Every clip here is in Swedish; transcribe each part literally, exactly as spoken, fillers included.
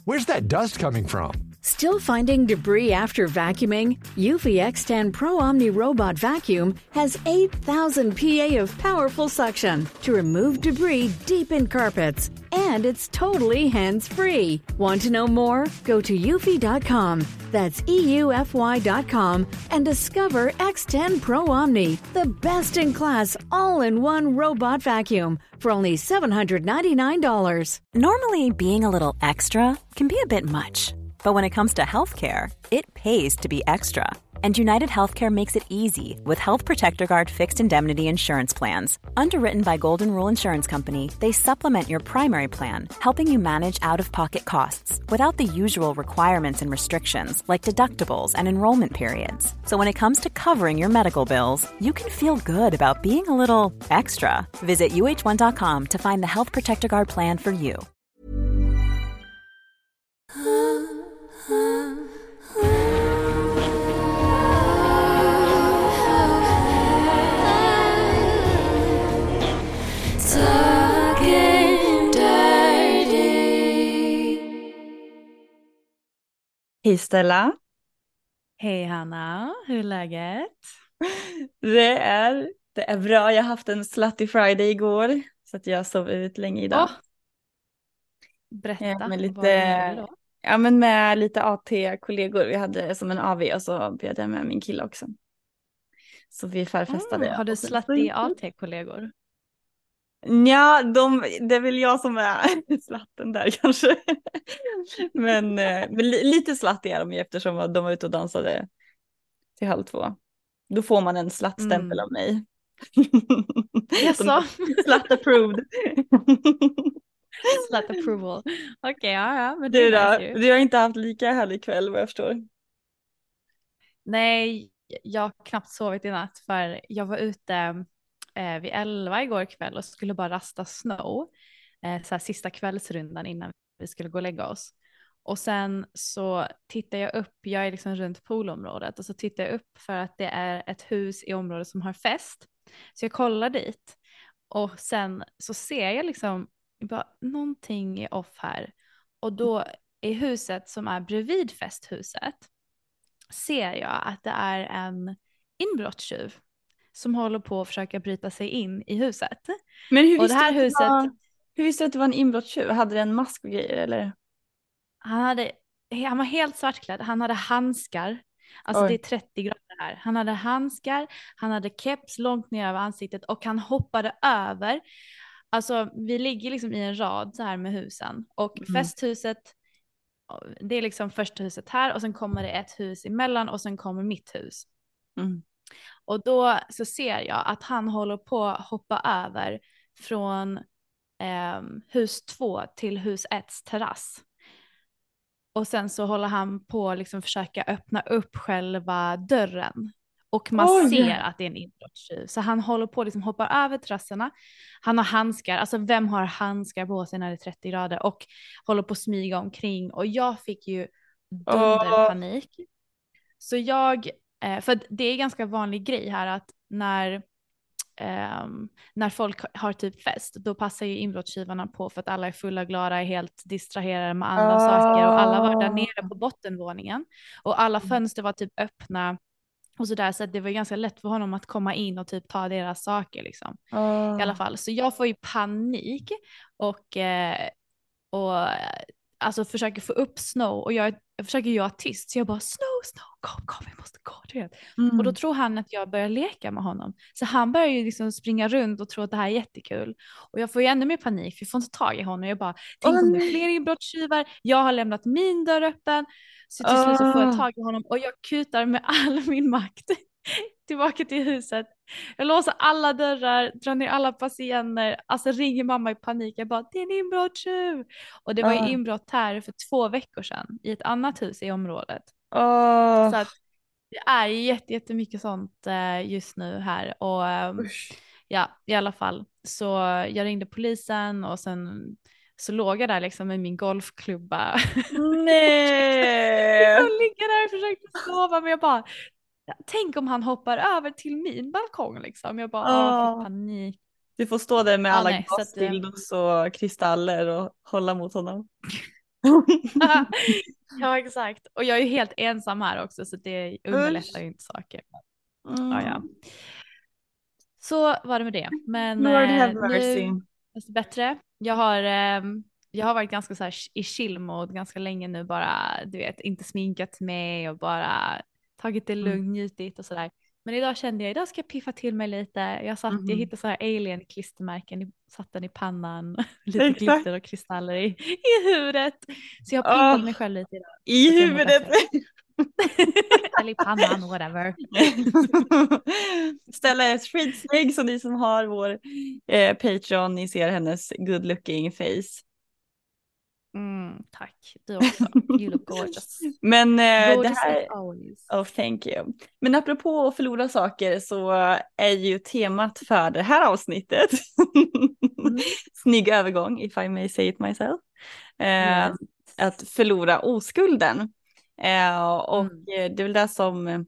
Where's that dust coming from? Still finding debris after vacuuming? Eufy X ten Pro Omni Robot Vacuum has eight thousand P A of powerful suction to remove debris deep in carpets. And it's totally hands-free. Want to know more? Go to eufy dot com. That's E U F Y dot com and discover X ten Pro Omni, the best-in-class all-in-one robot vacuum for only seven hundred ninety-nine dollars. Normally, being a little extra can be a bit much. But when it comes to healthcare, it pays to be extra. And United Healthcare makes it easy with Health Protector Guard fixed indemnity insurance plans. Underwritten by Golden Rule Insurance Company, they supplement your primary plan, helping you manage out-of-pocket costs without the usual requirements and restrictions like deductibles and enrollment periods. So when it comes to covering your medical bills, you can feel good about being a little extra. Visit U H one dot com to find the Health Protector Guard plan for you. Hej Stella. Hej Hanna, hur är läget? Det är, det är bra, jag har haft en slutty Friday igår så att jag sov ut länge idag. Oh. Berätta, ja, med lite, vad är det då? Ja men med lite A T-kollegor, vi hade som en A V och så bjöd jag med min kille också. Så vi förfestade. Mm, har du slutty A T-kollegor? Ja, de, det är väl jag som är slatten där kanske. men, men lite slatt är de ju eftersom de var ute och dansade till halv två. Då får man en slattstämpel mm. av mig. Jaså? Slatt approved. Slut approval. Okej, okay, ja, ja. Men du då? Du har inte haft lika härlig kväll vad jag förstår. Nej, jag har knappt sovit i natt för jag var ute eh, vid elva igår kväll och skulle bara rasta snow. Eh, så här, sista kvällsrundan innan vi skulle gå och lägga oss. Och sen så tittar jag upp, jag är liksom runt poolområdet och så tittar jag upp för att det är ett hus i området som har fest. Så jag kollar dit och sen så ser jag liksom bara någonting är off här. Och då i huset som är bredvid festhuset ser jag att det är en inbrottstjuv som håller på att försöka bryta sig in i huset. Men hur och visste, det här att det huset, var, hur visste du att det var en inbrottstjuv? Hade det en mask och grejer eller? Han, hade, han var helt svartklädd. Han hade handskar. Alltså Oj. Det är trettio grader här. Han hade handskar, han hade keps långt ner över ansiktet och han hoppade över. Alltså vi ligger liksom i en rad så här med husen. Och mm. festhuset, det är liksom första huset här och sen kommer det ett hus emellan och sen kommer mitt hus. Mm. Och då så ser jag att han håller på att hoppa över från eh, hus två till hus etts terrass. Och sen så håller han på att liksom försöka öppna upp själva dörren. Och man oh, ser yeah. att det är en inbrottstjuv. Så han håller på att liksom hoppa över terrasserna. Han har handskar. Alltså vem har handskar på sig när det är trettio grader? Och håller på att smyga omkring. Och jag fick ju dunderpanik. Oh. Så jag, för det är ganska vanlig grej här att när, um, när folk har typ fest. Då passar ju inbrottstjuvarna på för att alla är fulla glada, är helt distraherade med andra oh. saker. Och alla var där nere på bottenvåningen. Och alla fönster var typ öppna. Och så där, så att det var ganska lätt för honom att komma in och typ ta deras saker liksom. Oh. I alla fall. Så jag får ju panik och, eh, och alltså försöker få upp Snow och jag, jag försöker göra tyst. Så jag bara Snow, Snow, kom, kom, vi måste gå. Du vet. Mm. Och då tror han att jag börjar leka med honom. Så han börjar ju liksom springa runt och tror att det här är jättekul. Och jag får ju ännu mer panik för jag får inte tag i honom. Jag bara, tänk oh, om det är fler inbrottstjuvar. Jag har lämnat min dörr öppen. Så till slut så får jag tag i honom och jag kutar med all min makt tillbaka till huset. Jag låser alla dörrar, drar ner alla patienter, alltså ringer mamma i panik. Jag bara, det är en inbrottstjuv. Och det var ju inbrott här för två veckor sedan i ett annat hus i området. Oh. Så att det är jätte, jättemycket sånt just nu här. Och Usch. ja, i alla fall. Så jag ringde polisen och sen så låg jag där liksom med min golfklubba. Nej! Jag ligger där och försökte sova men jag bara, tänk om han hoppar över till min balkong liksom. Jag bara, åh, fick panik. Du får stå där med alla ah, gasdildos och kristaller och hålla mot honom. Ja, exakt. Och jag är ju helt ensam här också så det underlättar Usch. ju inte saker. Mm. Ja, ja. Så var det med det. Men Lord have eh, mercy. nu är det bättre. Jag har, eh, jag har varit ganska så här i chill mode ganska länge nu, bara du vet inte sminkat mig och bara tagit det lugnt, Mm. njutit och sådär. Men idag kände jag idag ska jag piffa till mig lite. Jag, satt, jag Mhm. hittade så här alien klistermärken, satt den i pannan, lite Exakt. glitter och kristaller i, i huvudet. Så jag har pyntat Åh, mig själv lite idag. i Så att jag mår huvudet. bättre. Eller i pannan, whatever. Stella är skitsnygg, så ni som har vår eh, Patreon, ni ser hennes good looking face. Mm, tack, du också. You look gorgeous. Men eh, det Gorgeous här, as always. oh thank you. Men apropå att förlora saker så är ju temat för det här avsnittet Mm. snygg övergång, if I may say it myself. Eh, Yes. Att förlora oskulden. Eh, och Mm. det är väl det som eh,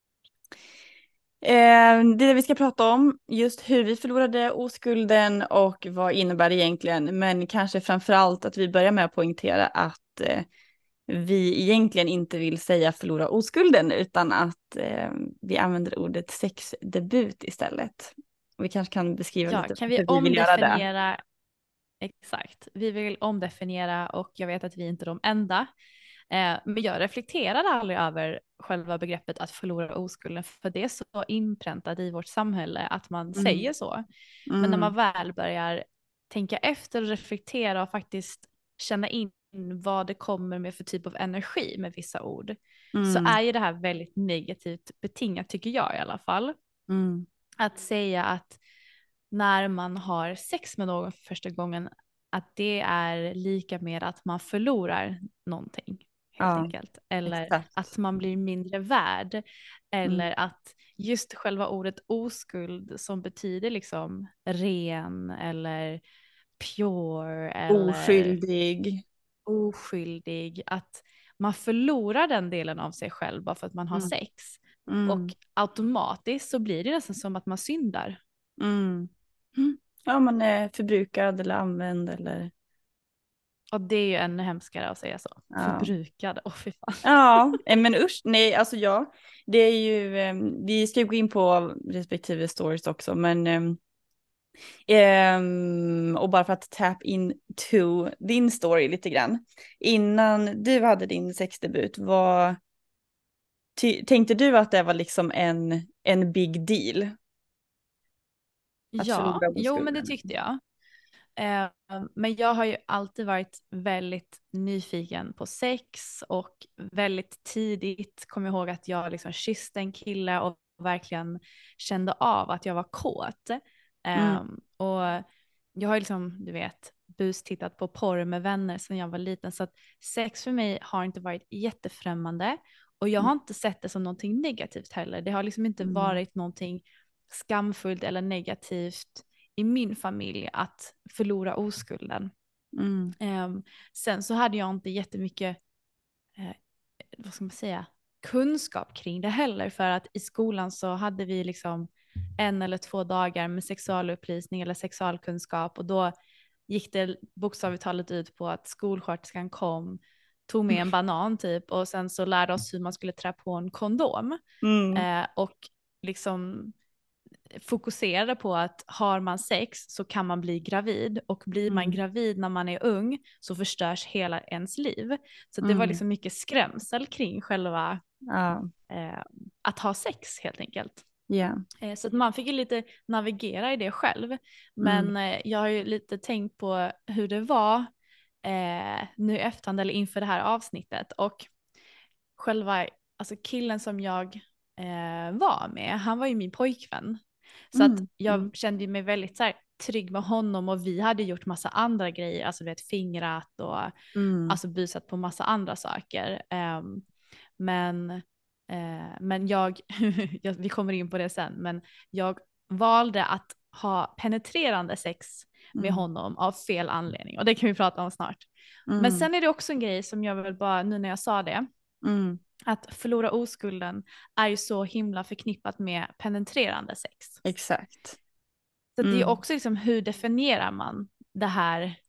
det är det vi ska prata om, just hur vi förlorade oskulden och vad innebär det egentligen. Men kanske framförallt att vi börjar med att poängtera att eh, vi egentligen inte vill säga förlora oskulden, utan att eh, vi använder ordet sexdebut istället. Och vi kanske kan beskriva Ja, lite kan hur vi vi vill göra det. omdefiniera? Exakt, vi vill omdefiniera och jag vet att vi inte är de enda. Eh, men jag reflekterade aldrig över själva begreppet att förlora oskulden, för det är så inpräntat i vårt samhälle att man Mm. säger så. Men när Mm. man väl börjar tänka efter och reflektera och faktiskt känna in vad det kommer med för typ av energi med vissa ord, så Mm. är ju det här väldigt negativt betingat, tycker jag i alla fall. Mm. Att säga att när man har sex med någon för första gången, att det är lika med att man förlorar någonting helt Ja, enkelt. Eller exakt. att man blir mindre värd. Eller Mm. att just själva ordet oskuld som betyder liksom ren eller pure eller Oskyldig. oskyldig. Att man förlorar den delen av sig själv bara för att man har Mm. sex. Mm. Och automatiskt så blir det nästan som att man syndar. Mm. Mm. Ja, man är förbrukad eller använd eller... Och det är ju ännu hemskare att säga så. Ja. Förbrukad, åh oh, fy fan. Ja, eh, men usch, nej, alltså ja, det är ju, eh, vi ska ju gå in på respektive stories också, men ehm, ehm, och bara för att tap in to din story lite grann. Innan du hade din sexdebut, vad ty- tänkte du att det var liksom en, en big deal? Att Ja, förlora jo men det oskulden? tyckte jag. Eh, men jag har ju alltid varit väldigt nyfiken på sex och väldigt tidigt kom jag ihåg att jag liksom kysste en kille och verkligen kände av att jag var kåt. Eh, Mm. och jag har ju liksom, du vet, bustittat på porr med vänner sedan jag var liten, så att sex för mig har inte varit jättefrämmande och jag har inte sett det som någonting negativt heller. Det har liksom inte Mm. varit någonting skamfullt eller negativt i min familj att förlora oskulden. Mm. Um, sen så hade jag inte jättemycket, eh, vad ska man säga, kunskap kring det heller, för att i skolan så hade vi liksom en eller två dagar med sexualupplysning eller sexualkunskap och då gick det bokstavligt talat ut på att skolsköterskan kom, tog med en banan typ och sen så lärde oss hur man skulle trä på en kondom. Mm. Eh, och liksom fokuserade på att har man sex så kan man bli gravid och blir man Mm. gravid när man är ung så förstörs hela ens liv. Så det Mm. var liksom mycket skrämsel kring själva Ja, eh, att ha sex helt enkelt. ja. Eh, så att man fick ju lite navigera i det själv. Men Mm. eh, jag har ju lite tänkt på hur det var eh, nu i efterhand eller inför det här avsnittet. Och själva, alltså killen som jag eh, var med, han var ju min pojkvän. Så Mm. att jag Mm. kände mig väldigt så här, trygg med honom och vi hade gjort massa andra grejer, alltså vet fingrat och Mm. alltså busat på massa andra saker. Um, men uh, men jag, jag, vi kommer in på det sen, men jag valde att ha penetrerande sex med Mm. honom av fel anledning och det kan vi prata om snart. Mm. Men sen är det också en grej som jag vill bara, nu när jag sa det, Mm. att förlora oskulden är ju så himla förknippat med penetrerande sex. Exakt. Så Mm. det är också liksom hur definierar man det här,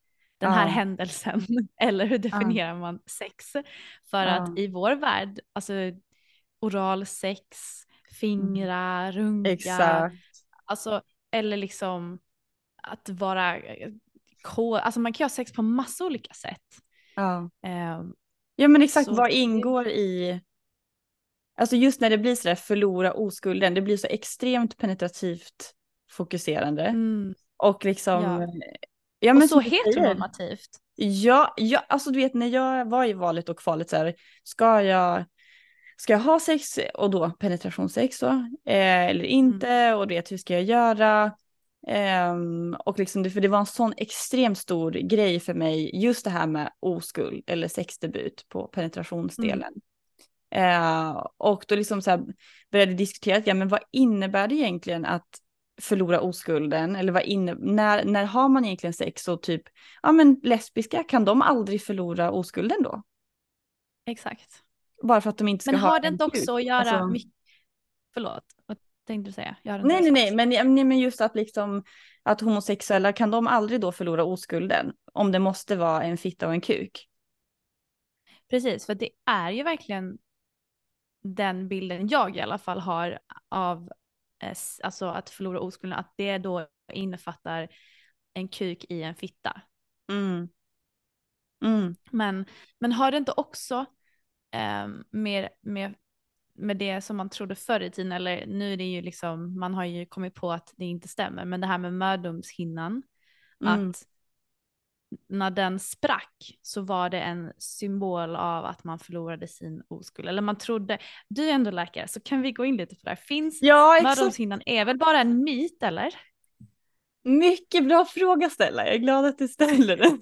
den här Ja. händelsen. Eller hur Ja. definierar man sex? För Ja. att i vår värld, alltså oralsex, fingra, runga, Exakt. alltså, eller liksom att vara ko- alltså man kan ju ha sex på massa olika sätt. Ja. Ehm, Ja men exakt, så vad det- ingår i, alltså just när det blir sådär förlora oskulden, det blir så extremt penetrativt fokuserande. mm, Och liksom, ja. ja Och men så som du säger, heteronormativt. ja, ja, alltså du vet när jag var i valet och kvalet så här, ska jag, ska jag ha sex och då penetrationssex då, eh, eller inte, och du vet hur ska jag göra? Ehm, och liksom det, för det var en sån extremt stor grej för mig, just det här med oskuld eller sexdebut på penetrationsdelen. Eh, och då liksom så här började diskutera, ja men vad innebär det egentligen att förlora oskulden? Eller vad inne, när, när har man egentligen sex? Och typ, ja men lesbiska, kan de aldrig förlora oskulden då? Exakt. Bara för att de inte ska Men ha har det en inte kuk? också att göra Alltså, mycket, förlåt, vad tänkte du säga? Jag hade nej, inte nej, sagt. nej, men, nej, men just att liksom att homosexuella, kan de aldrig då förlora oskulden? Om det måste vara en fitta och en kuk? Precis, för det är ju verkligen den bilden jag i alla fall har av eh, s- alltså att förlora oskulden, att det då innefattar en kuk i en fitta. Mm. Mm. Men, men har det inte också eh, med, med, med det som man trodde förr i tiden, eller nu är det ju liksom, man har ju kommit på att det inte stämmer, men det här med mödomshinnan, Mm. att när den sprack så var det en symbol av att man förlorade sin oskuld. Eller man trodde, du är ändå läkare så kan vi gå in lite på det här. Finns Ja, exakt. mödomshinnan är väl bara en myt eller? Mycket bra fråga Stella, jag är glad att du ställer den.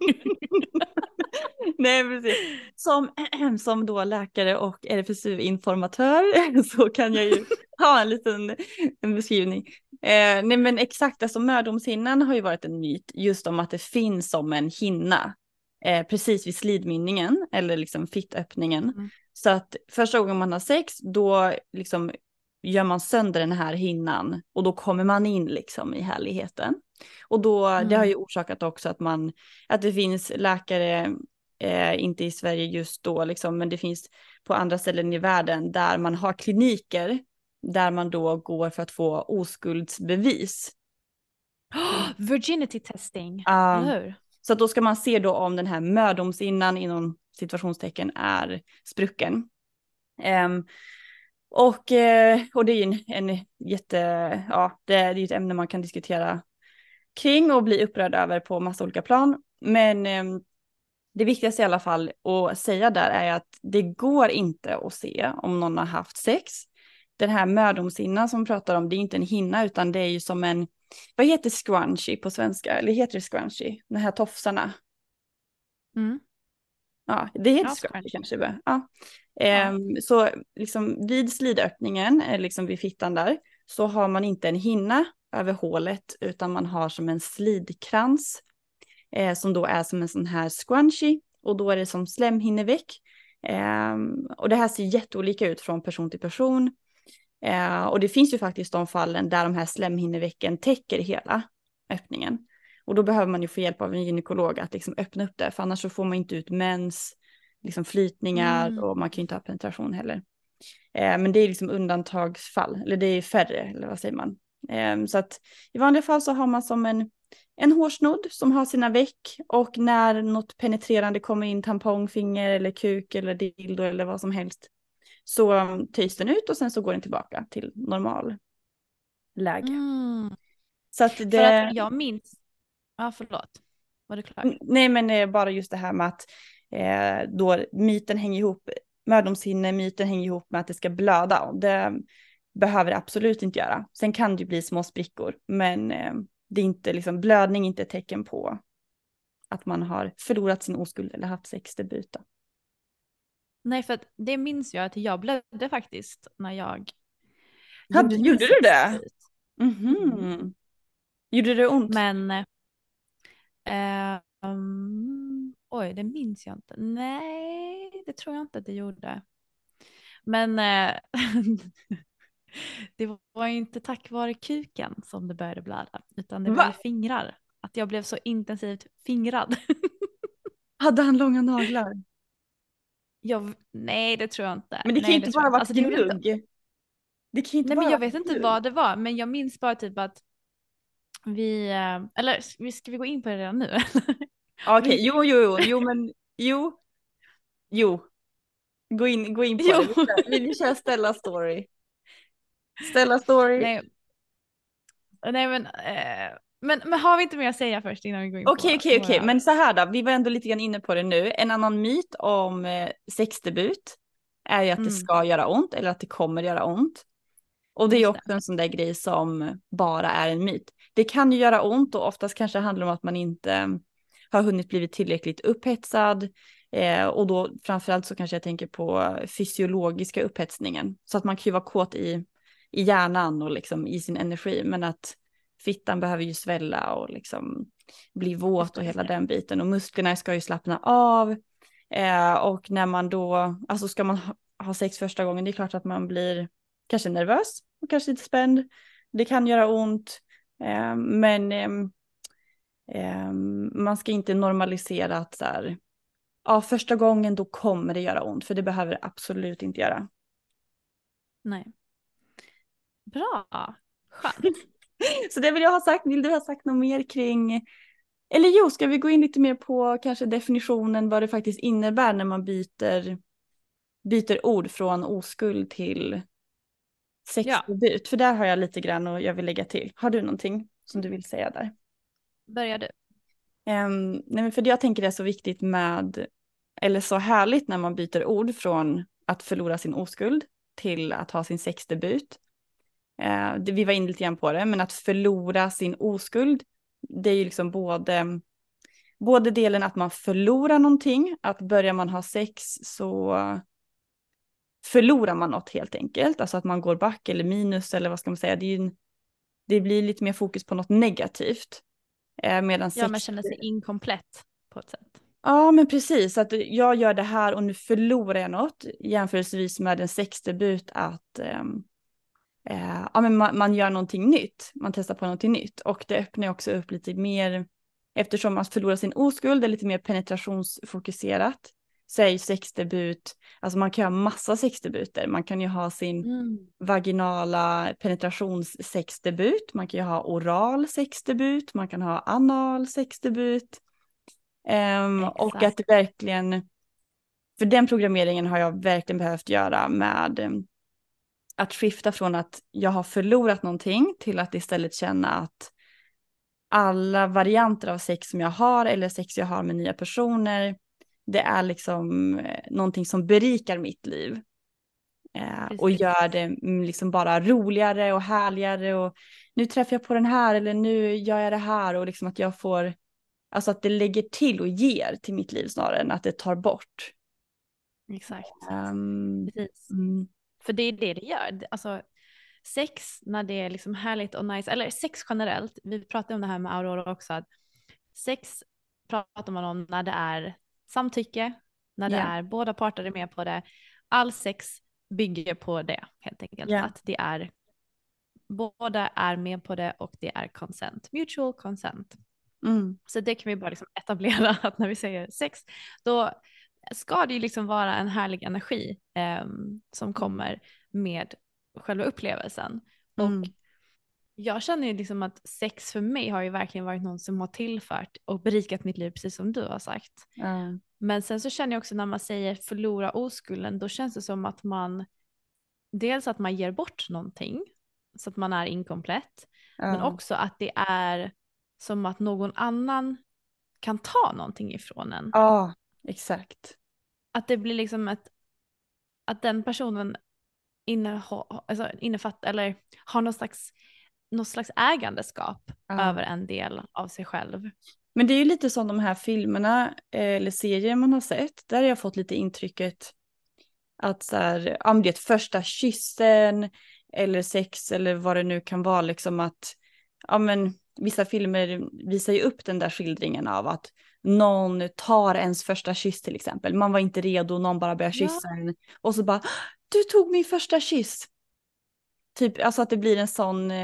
Nej, precis. Som, som då läkare och R F S U-informatör så kan jag ju ha en liten en beskrivning. Eh, nej men exakt, alltså mödomshinnan har ju varit en myt just om att det finns som en hinna eh, precis vid slidmynningen eller liksom fittöppningen. Mm. Så att första gången man har sex då liksom gör man sönder den här hinnan och då kommer man in liksom i härligheten. Och då, Mm. det har ju orsakat också att man, att det finns läkare, eh, inte i Sverige just då liksom, men det finns på andra ställen i världen där man har kliniker där man då går för att få oskuldsbevis. Oh, virginity testing, Uh, eller hur? Så att då ska man se då om den här mödomshinnan inom situationstecken är sprucken. Um, och, eh, och det är ju en, en jätte, ja det är ju ett ämne man kan diskutera kring och bli upprörd över på massa olika plan. Men eh, det viktigaste i alla fall att säga där är att det går inte att se om någon har haft sex. Den här mödomshinnan som pratar om, det är inte en hinna utan det är ju som en, vad heter scrunchie på svenska? Eller heter det scrunchie? De här tofsarna. Mm. Ja, det heter Ja, scrunchie scrunchie. kanske. Ja. Ja. Ehm, så liksom vid slidöppningen, eller liksom vid fittan där, så har man inte en hinna över hålet utan man har som en slidkrans eh, som då är som en sån här scrunchie och då är det som slemhinneväck. Eh, och det här ser jätteolika ut från person till person. Eh, och det finns ju faktiskt de fallen där de här slemhinneväcken täcker hela öppningen. Och då behöver man ju få hjälp av en gynekolog att liksom öppna upp det, för annars så får man inte ut mens, liksom flytningar Mm. och man kan ju inte ha penetration heller. Eh, men det är liksom undantagsfall, eller det är färre, eller vad säger man. Eh, så att i vanliga fall så har man som en, en hårsnodd som har sina veck och när något penetrerande kommer in, tampong, finger eller kuk eller dildo eller vad som helst, så um, töjs den ut och sen så går den tillbaka till normal läge. Mm. Så att det... För att jag minns, ja förlåt, var du klar? Nej men eh, bara just det här med att eh, då myten hänger ihop, mödomshinne, myten hänger ihop med att det ska blöda och det behöver det absolut inte göra. Sen kan det ju bli små sprickor men eh, det är inte liksom, blödning är inte ett tecken på att man har förlorat sin oskuld eller haft sexdebut. Nej, för att det minns jag att jag blödde faktiskt när jag Hade, min gjorde du det? sexdebut. Mhm. Mm. Gjorde det ont? Men eh, um, oj, det minns jag inte. Nej, det tror jag inte att det gjorde. Men eh, det var ju inte tack vare kuken som det började blöda, utan det var ju Va? fingrar. att jag blev så intensivt fingrad. Hade han långa naglar? Jag, nej det tror jag inte. Men det kan nej, ju inte tror bara jag vara Alltså, det gjorde inte- gnugg. Det kan ju inte Nej bara men jag vara vet inte gnugg. vad det var, men jag minns bara typ att vi, eh, eller ska vi gå in på det redan nu? Okej, Vi- jo, jo, jo, jo, men jo, jo. Gå in, gå in på Jo. det. Vi kör, vi kör Stella story. Stella story. Nej, nej men, eh, men, men har vi inte mer att säga först innan vi går in på Okej, okej, okej. våra- Men så här då. Vi var ändå lite grann inne på det nu. En annan myt om eh, sexdebut är ju att det Mm. ska göra ont eller att det kommer göra ont. Och det är ju Just det. också en sån där grej som bara är en myt. Det kan ju göra ont och oftast kanske handlar om att man inte har hunnit blivit tillräckligt upphetsad. Eh, och då framförallt så kanske jag tänker på fysiologiska upphetsningen. Så att man kan ju vara kåt i, i hjärnan och liksom i sin energi. Men att fittan behöver ju svälla och liksom bli våt och hela den biten. Och musklerna ska ju slappna av. Eh, och när man då, alltså ska man ha, ha sex första gången, det är klart att man blir kanske nervös och kanske lite spänd. Det kan göra ont. Eh, men eh, eh, man ska inte normalisera att så här, ja, första gången då kommer det göra ont. För det behöver det absolut inte göra. Nej. Bra. Skönt. Så det vill jag ha sagt. Vill du ha sagt något mer kring... Eller jo, ska vi gå in lite mer på kanske definitionen vad det faktiskt innebär när man byter, byter ord från oskuld till sexdebut. Ja. För där har jag lite grann och jag vill lägga till. Har du någonting som du vill säga där? Börjar du? Um, nej, men för det jag tänker är så viktigt med, eller så härligt när man byter ord från att förlora sin oskuld till att ha sin sexdebut. Uh, det, vi var inne lite grann på det, men att förlora sin oskuld, det är ju liksom både, både delen att man förlorar någonting, att börjar man ha sex så förlorar man något helt enkelt, alltså att man går back eller minus eller vad ska man säga, det, är ju en, det blir lite mer fokus på något negativt. Eh, medan Ja, sex... man känner sig inkomplett på ett sätt. Ja, men precis, att jag gör det här och nu förlorar jag något jämförelsevis med en sexdebut att ähm, äh, ja, men man, man gör någonting nytt, man testar på någonting nytt och det öppnar också upp lite mer, eftersom man förlorar sin oskuld är lite mer penetrationsfokuserat. Så är ju sexdebut, alltså man kan ha massa sexdebuter, man kan ju ha sin Mm. vaginala penetrationssexdebut, man kan ju ha oral sexdebut, man kan ha anal sexdebut. Um, och att det verkligen, för den programmeringen har jag verkligen behövt göra med um, att skifta från att jag har förlorat någonting till att istället känna att alla varianter av sex som jag har eller sex jag har med nya personer, det är liksom eh, någonting som berikar mitt liv. Eh, och gör det liksom bara roligare och härligare och nu träffar jag på den här eller nu gör jag det här och liksom att jag får, alltså att det lägger till och ger till mitt liv snarare än att det tar bort. Exakt. Um, Precis. Mm. För det är det det gör. Alltså sex när det är liksom härligt och nice, eller sex generellt, vi pratade om det här med Aurora också, att sex pratar man om när det är samtycke, när det Yeah. är båda parter är med på det. All sex bygger på det helt enkelt, Yeah. att det är båda är med på det och det är consent, mutual consent. Mm. Så det kan vi bara liksom etablera att när vi säger sex, då ska det ju liksom vara en härlig energi eh, som kommer med själva upplevelsen. Mm. Och jag känner ju liksom att sex för mig har ju verkligen varit någon som har tillfört och berikat mitt liv, precis som du har sagt. Mm. Men sen så känner jag också när man säger förlora oskulden, då känns det som att man dels att man ger bort någonting så att man är inkomplett, Mm. men också att det är som att någon annan kan ta någonting ifrån en. Ja, exakt. Att det blir liksom ett, att den personen inneha, alltså innefattar eller har någon slags, någon slags ägandeskap Ja. över en del av sig själv. Men det är ju lite som de här filmerna eh, eller serier man har sett. Där har jag fått lite intrycket att så här, ja, men det är ett första kyssen eller sex eller vad det nu kan vara, liksom att ja, men vissa filmer visar ju upp den där skildringen av att någon tar ens första kyss till exempel. Man var inte redo, någon bara börjar kyssa Ja. en och så bara, du tog min första kyss. Typ, alltså att det blir en sån eh,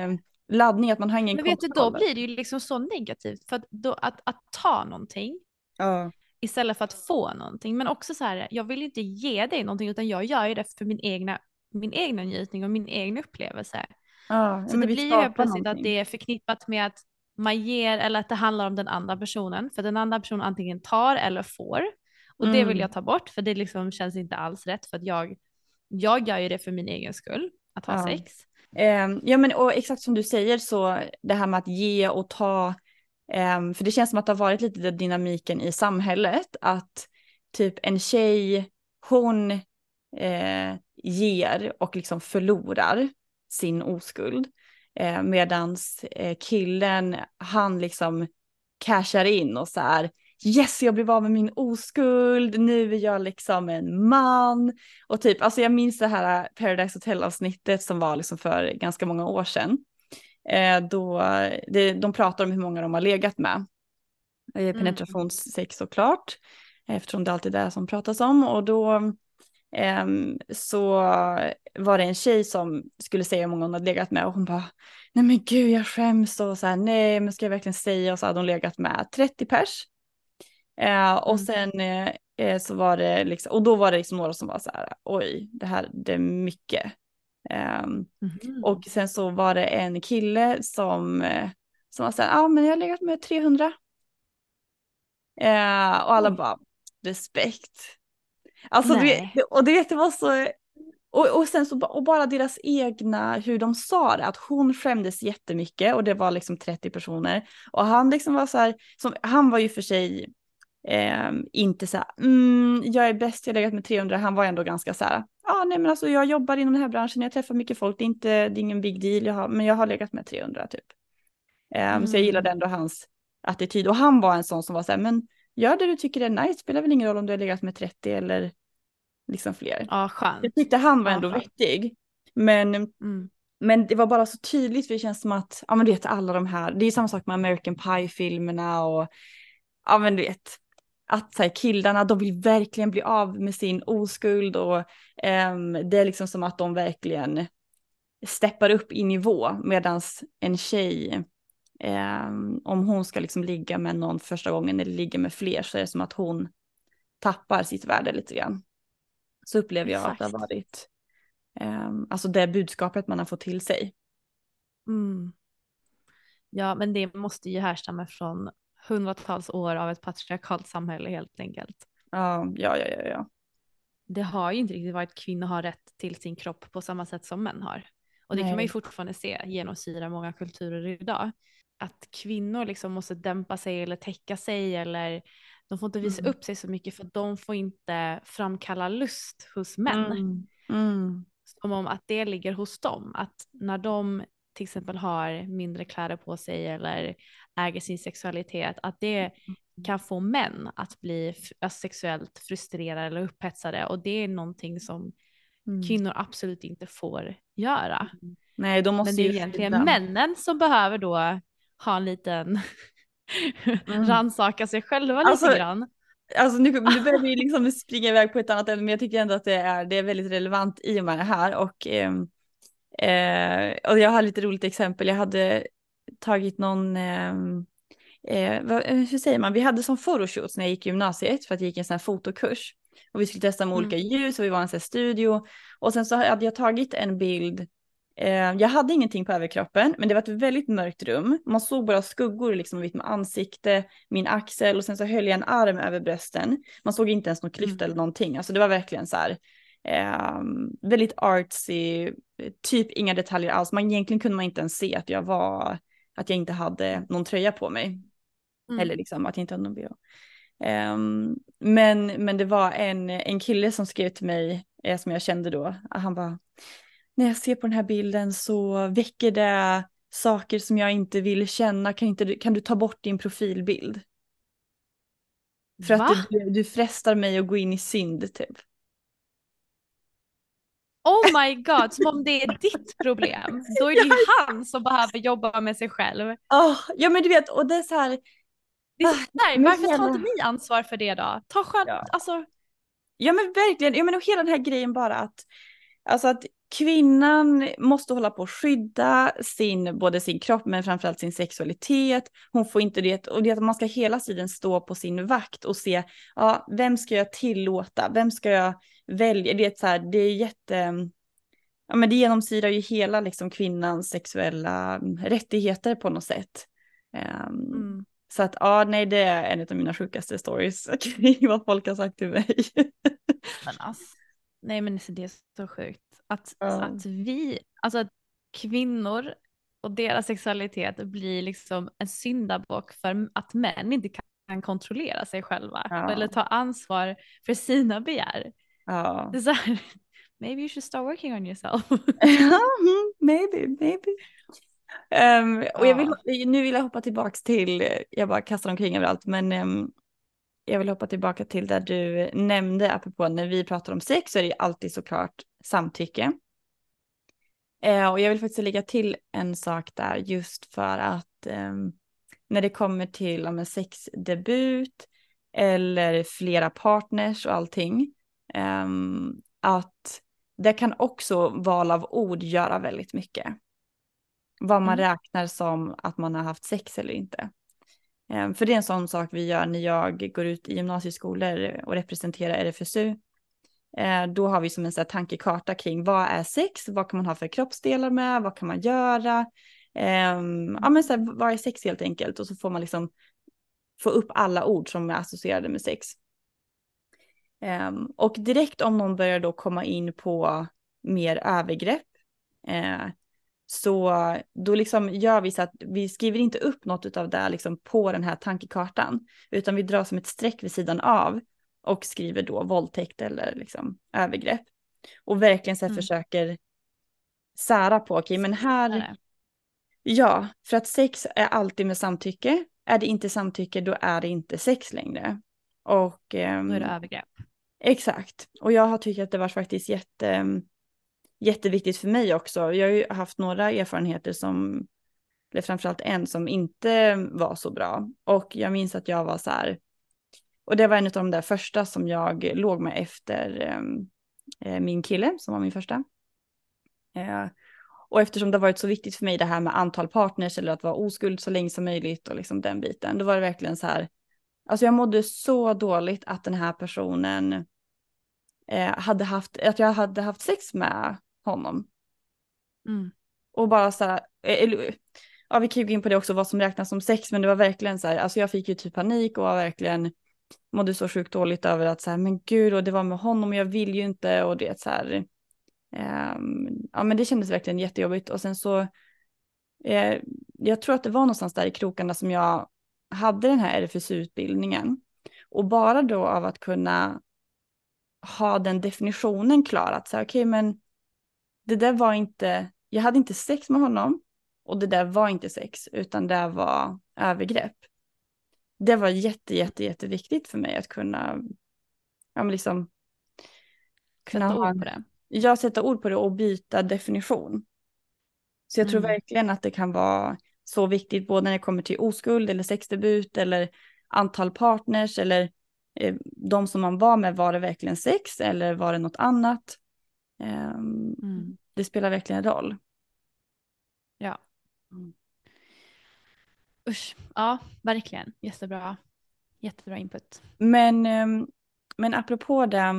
laddning, att man har ingen Men vet du, då kontroll. blir det ju liksom så negativt. För att, då, att, att ta någonting Ja. istället för att få någonting. Men också så här, jag vill inte ge dig någonting utan jag gör ju det för min egna, min egna njutning och min egen upplevelse. Ja, Så men det vi blir ju helt skapar plötsligt att någonting. det är förknippat med att man ger eller att det handlar om den andra personen. För den andra personen antingen tar eller får. Och det vill Mm. jag ta bort för det liksom känns inte alls rätt. För att jag, jag gör ju det för min egen skull, att ha Ja. sex. Um, ja men och exakt som du säger så det här med att ge och ta, um, för det känns som att det har varit lite den dynamiken i samhället att typ en tjej hon eh, ger och liksom förlorar sin oskuld eh, medans eh, killen han liksom cashar in och så här yes jag blev av med min oskuld, nu är jag liksom en man och typ alltså jag minns det här Paradise Hotel avsnittet som var liksom för ganska många år sedan eh, då det, de pratar om hur många de har legat med eh, penetrationssex såklart eftersom det alltid är det som pratas om och då Um, så var det en tjej som skulle säga hur många hon hade legat med och hon bara nej men gud jag skäms och så här nej men ska jag verkligen säga och så hade hon legat med trettio pers uh, och Mm. sen uh, så var det liksom och då var det liksom några som var så här oj det här det är mycket um, Mhm. och sen så var det en kille som uh, som var så här ja ah, men jag har legat med trehundra uh, och alla Oj. bara respekt. Alltså Nej. det, och det, det var så och, och sen så och bara deras egna hur de sa det att hon skämdes jättemycket och det var liksom trettio personer och han liksom var så här som han var ju för sig eh, inte så här mm, jag är bäst jag har legat med trehundra han var ändå ganska så här ja ah, nej men alltså jag jobbar inom den här branschen jag träffar mycket folk det är inte det är ingen big deal jag har men jag har legat med trehundra typ eh, Mm. så jag gillade ändå hans attityd och han var en sån som var så här men gör det du tycker är nice spelar väl ingen roll om du har legat med trettio eller liksom fler. Ja, skönt. Jag tyckte han var Ja, ändå skönt. vettig. Men, Mm. men det var bara så tydligt för det känns som att, ja men du vet alla de här, det är samma sak med American Pie-filmerna och ja men du vet, att så här, killarna de vill verkligen bli av med sin oskuld och um, det är liksom som att de verkligen steppar upp i nivå medan en tjej um, om hon ska liksom ligga med någon första gången eller ligga med fler så är det som att hon tappar sitt värde lite grann. Så upplever jag att det har Exakt. varit um, alltså det budskapet man har fått till sig. Mm. Ja, men det måste ju härstamma från hundratals år av ett patriarkalt samhälle helt enkelt. Ja, ja, ja, ja, ja. Det har ju inte riktigt varit kvinnor har rätt till sin kropp på samma sätt som män har. Och det kan man ju Nej. fortfarande se genomsyra många kulturer idag. Att kvinnor liksom måste dämpa sig eller täcka sig eller de får inte visa Mm. upp sig så mycket för de får inte framkalla lust hos män. Mm. Mm. Som om att det ligger hos dem. Att när de till exempel har mindre kläder på sig eller äger sin sexualitet, att det kan få män att bli f- sexuellt frustrerade eller upphetsade. Och det är någonting som Mm. kvinnor absolut inte får göra. Nej, de måste Men det är ju egentligen skydda. männen som behöver då ha en liten Mm. rannsaka sig själva Alltså, lite grann. Alltså nu, nu börjar vi liksom springa iväg på ett annat ämne men jag tycker ändå att det är, det är väldigt relevant i och med det här och, eh, eh, och jag har lite roligt exempel. Jag hade tagit någon, eh, eh, vad, hur säger man, vi hade som photoshoots när jag gick i gymnasiet för att jag gick en sån här fotokurs och vi skulle testa med Mm. olika ljus och vi var i en sån här studio och sen så hade jag tagit en bild. Jag hade ingenting på överkroppen, men det var ett väldigt mörkt rum. Man såg bara skuggor liksom vid mitt ansikte, min axel och sen så höll jag en arm över brösten. Man såg inte ens någon klyfta Mm. eller någonting. Alltså det var verkligen så här eh, väldigt artsy, typ inga detaljer alls. Man egentligen kunde man inte ens se att jag var, att jag inte hade någon tröja på mig. Mm. Eller liksom att jag inte hade någon B H. Um, men, men det var en, en kille som skrev till mig, eh, som jag kände då. Han bara, när jag ser på den här bilden så väcker det saker som jag inte vill känna. Kan, inte, kan du ta bort din profilbild? För Va? att du, du frestar mig att gå in i synd typ. Oh my god, som om det är ditt problem. Då är det ju han som behöver jobba med sig själv. Oh, ja men du vet, och det är så här. Det är så här, men varför tar hela- inte ni ansvar för det då? Ta skönt, Ja. alltså. Ja men verkligen, ja men och hela den här grejen bara att, alltså att kvinnan måste hålla på att skydda sin, både sin kropp men framförallt sin sexualitet. Hon får inte det, och det är att man ska hela tiden stå på sin vakt och se, ja, vem ska jag tillåta, vem ska jag välja, det är så här, det är jätte, ja men det genomsyrar ju hela liksom kvinnans sexuella rättigheter på något sätt. Um, Mm. Så att ja, nej, det är en av mina sjukaste stories kring vad folk har sagt till mig. Men alltså, nej men det är så sjukt. Att, Ja. att vi, alltså att kvinnor och deras sexualitet blir liksom en syndabock för att män inte kan, kan kontrollera sig själva. Ja. Eller ta ansvar för sina begär. Ja. Det är så här, maybe you should start working on yourself. Ja, maybe, maybe. Um, och jag vill, Ja. nu vill jag hoppa tillbaka till, jag bara kastar omkring överallt, men um, jag vill hoppa tillbaka till där du nämnde, apropå när vi pratar om sex så är det ju alltid såklart samtycke. Uh, och jag vill faktiskt lägga till en sak där, just för att um, när det kommer till um, sexdebut eller flera partners och allting, um, att det kan också val av ord göra väldigt mycket. Vad man Mm. räknar som att man har haft sex eller inte. Um, för det är en sån sak vi gör när jag går ut i gymnasieskolor och representerar R F S U. Uh, då har vi som en sån här tankekarta kring vad är sex, vad kan man ha för kroppsdelar med, vad kan man göra. Um, ja, men så här, vad är sex helt enkelt, och så får man liksom få upp alla ord som är associerade med sex. Um, och direkt om någon börjar då komma in på mer övergrepp, uh, så då liksom gör vi så att vi skriver inte upp något av det liksom på den här tankekartan, utan vi drar som ett streck vid sidan av och skriver då våldtäkt eller liksom övergrepp. Och verkligen så här Mm. försöker sära på, okej, okay, men här, ja, för att sex är alltid med samtycke. Är det inte samtycke, då är det inte sex längre. Och um, Då är det övergrepp. Exakt. Och jag har tyckt att det var faktiskt jätte, jätteviktigt för mig också. Jag har ju haft några erfarenheter som, eller framförallt en som inte var så bra. Och jag minns att jag var så här, och det var en av de där första som jag låg med efter eh, min kille, som var min första. Eh, och eftersom det har varit så viktigt för mig det här med antal partners eller att vara oskuld så länge som möjligt och liksom den biten, då var det verkligen så här, alltså jag mådde så dåligt att den här personen eh, hade haft, att jag hade haft sex med honom. Mm. Och bara så här, eller, ja, vi kan ju gå in på det också, vad som räknas som sex, men det var verkligen så här, alltså jag fick ju typ panik och var verkligen, mådde så sjukt dåligt över att så här, men gud, och det var med honom och jag vill ju inte, och det så här, um, ja men det kändes verkligen jättejobbigt. Och sen så, eh, jag tror att det var någonstans där i krokarna som jag hade den här R F S U-utbildningen. Och bara då av att kunna ha den definitionen klar, att säga okej, okay, men det där var inte, jag hade inte sex med honom och det där var inte sex, utan det var övergrepp. Det var jätte, jätte, jätteviktigt för mig att kunna, ja men liksom, kunna Sätta ha, ord på det. ja, sätta ord på det och byta definition. Så jag tror Mm. verkligen att det kan vara så viktigt, både när det kommer till oskuld eller sexdebut eller antal partners eller eh, de som man var med, var det verkligen sex eller var det något annat? Um, Mm. Det spelar verkligen roll. Ja. Mm. Usch, ja, verkligen. Jättebra. Jättebra input. Men, um, men apropå det,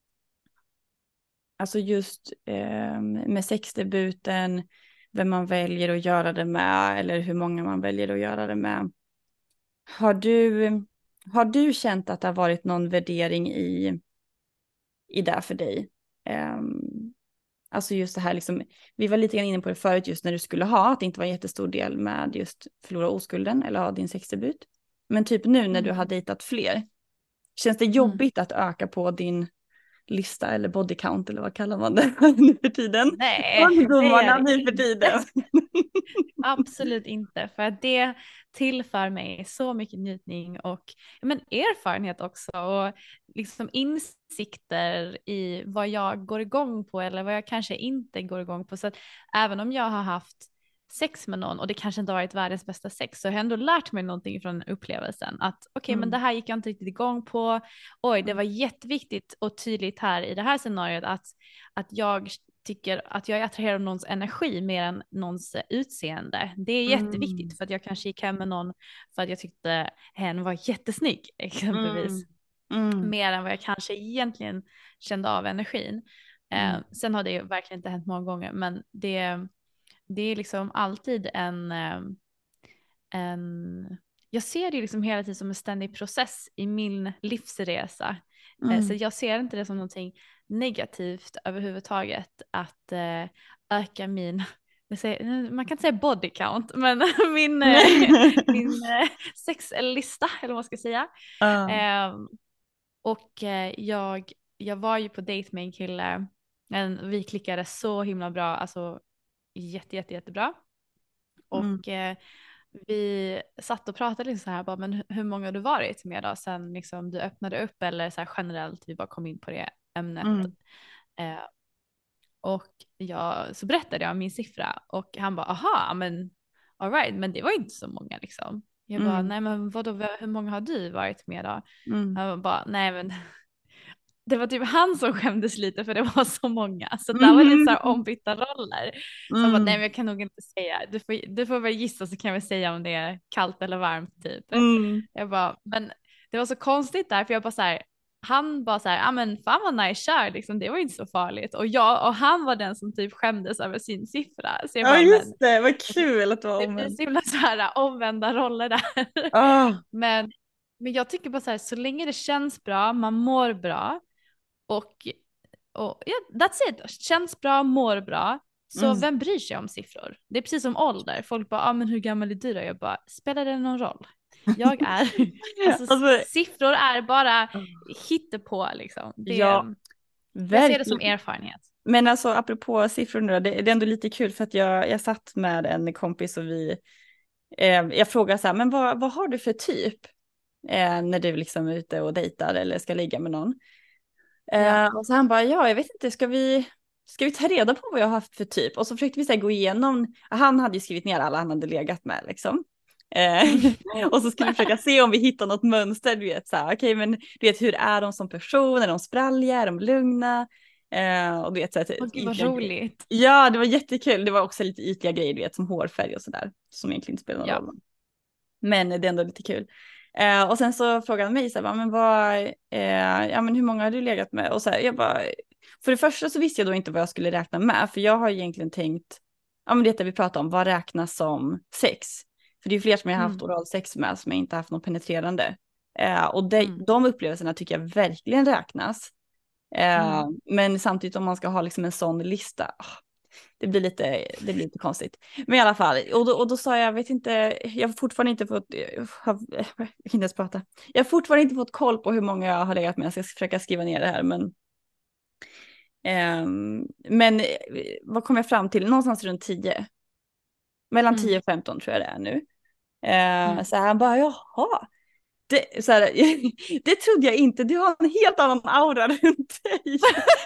alltså just um, med sexdebuten, vem man väljer att göra det med eller hur många man väljer att göra det med. Har du, har du känt att det har varit någon värdering i, i det för dig? Um, alltså just det här, liksom, vi var lite grann inne på det förut, just när du skulle ha, att det inte var en jättestor del med just förlora oskulden eller ha din sexdebut. Men typ nu när Mm. du har dejtat fler, känns det jobbigt mm. att öka på din lista eller body count eller vad kallar man det nu för tiden? Nej, ungdomarna nu för tiden. Absolut inte, för att det tillför mig så mycket njutning och men, erfarenhet också och liksom insikter i vad jag går igång på eller vad jag kanske inte går igång på. Så att även om jag har haft sex med någon och det kanske inte har varit världens bästa sex, så har jag ändå lärt mig någonting från upplevelsen. Att okej, okay, mm. men det här gick jag inte riktigt igång på. Oj, det var jätteviktigt och tydligt här i det här scenariot att, att jag tycker att jag är attraherad av någons energi mer än någons utseende. Det är Mm. jätteviktigt för att jag kanske gick hem med någon för att jag tyckte hen var jättesnygg exempelvis. Mm. Mm. Mer än vad jag kanske egentligen kände av energin. Mm. Eh, sen har det ju verkligen inte hänt många gånger, men det, det är liksom alltid en, eh, en... Jag ser det liksom hela tiden som en ständig process i min livsresa. Mm. Eh, så jag ser inte det som någonting negativt överhuvudtaget att eh, öka min, säger, man kan inte säga body count, men min, eh, min eh, sexlista eller vad man ska säga. Uh. Eh, och eh, jag, jag var ju på dejt med en kille, men vi klickade så himla bra, alltså jätte, jätte, jättebra. Och Mm. eh, vi satt och pratade lite så här, bara, men hur många har du varit med då sen liksom du öppnade upp, eller så här generellt, vi bara kom in på det ämnet. Mm. Eh, och jag, så berättade jag min siffra och han bara, aha, men all right, men det var inte så många liksom. Jag bara, Mm. nej men vadå, hur många har du varit med då? Mm. Han bara, nej men det var typ han som skämdes lite för det var så många. Så där var lite så här ombytta roller. Så Mm. han bara, nej men jag kan nog inte säga. Du får, du får väl gissa så kan vi säga om det är kallt eller varmt typ. Mm. Jag bara, men det var så konstigt där för jag bara så här, han bara så här, ja men fan vad nice kör liksom, det var inte så farligt. Och jag och han var den som typ skämdes över sin siffra. Så jag Ja bara, just men, det, vad kul att det var det blir omvänt. så himla så här omvända roller där. Ah. Men, men jag tycker bara så här, så länge det känns bra, man mår bra. Och, och yeah, that's it, känns bra, mår bra. Så Mm. vem bryr sig om siffror? Det är precis som ålder. Folk bara, ah, men hur gammal är du då? Jag bara, spelar det någon roll? Jag är, alltså, Alltså, siffror är bara hittepå liksom. Det, ja, jag ser det som erfarenhet. Men alltså apropå siffror nu, det, det är ändå lite kul för att jag, jag satt med en kompis och vi, eh, jag frågade så här, men vad, vad har du för typ eh, när du liksom är ute och dejtar eller ska ligga med någon? Eh, Ja. och så han bara, ja jag vet inte, ska vi, ska vi ta reda på vad jag har haft för typ? Och så försökte vi så här, gå igenom, han hade ju skrivit ner alla han hade legat med liksom. Eh, och så skulle vi försöka se om vi hittar något mönster, du vet så här, okej okay, men du vet hur är de som person, är de spralliga, är de lugna? Eh, och du vet så här, Åh, gud vad roligt. Ja, det var jättekul, det var också lite ytliga grejer, du vet som hårfärg och sådär, som egentligen inte spelar någon Ja. roll. Men det är ändå lite kul. Eh, och sen så frågade han mig så här, men vad, eh, ja men hur många har du legat med? Och så här, jag bara, för det första så visste jag då inte vad jag skulle räkna med, för jag har egentligen tänkt, ja men det vi pratar om, vad räknas som sex? För det är fler som jag har haft Mm. oral sex med som jag inte haft något penetrerande. Eh, och de, Mm. de upplevelserna tycker jag verkligen räknas. Eh, Mm. Men samtidigt om man ska ha liksom en sån lista, oh, det blir lite, det blir lite konstigt. Men i alla fall, och då, och då sa jag, jag vet inte, jag har fortfarande inte fått, jag, har, jag kan inte ens prata. Jag har fortfarande inte fått koll på hur många jag har legat med, jag ska försöka skriva ner det här. Men, eh, men vad kom jag fram till? Någonstans runt tio. Mellan Mm. tio och femton tror jag det är nu. Eh, Mm. Så han bara, jaha. Det, så här, det trodde jag inte, du har en helt annan aura runt dig.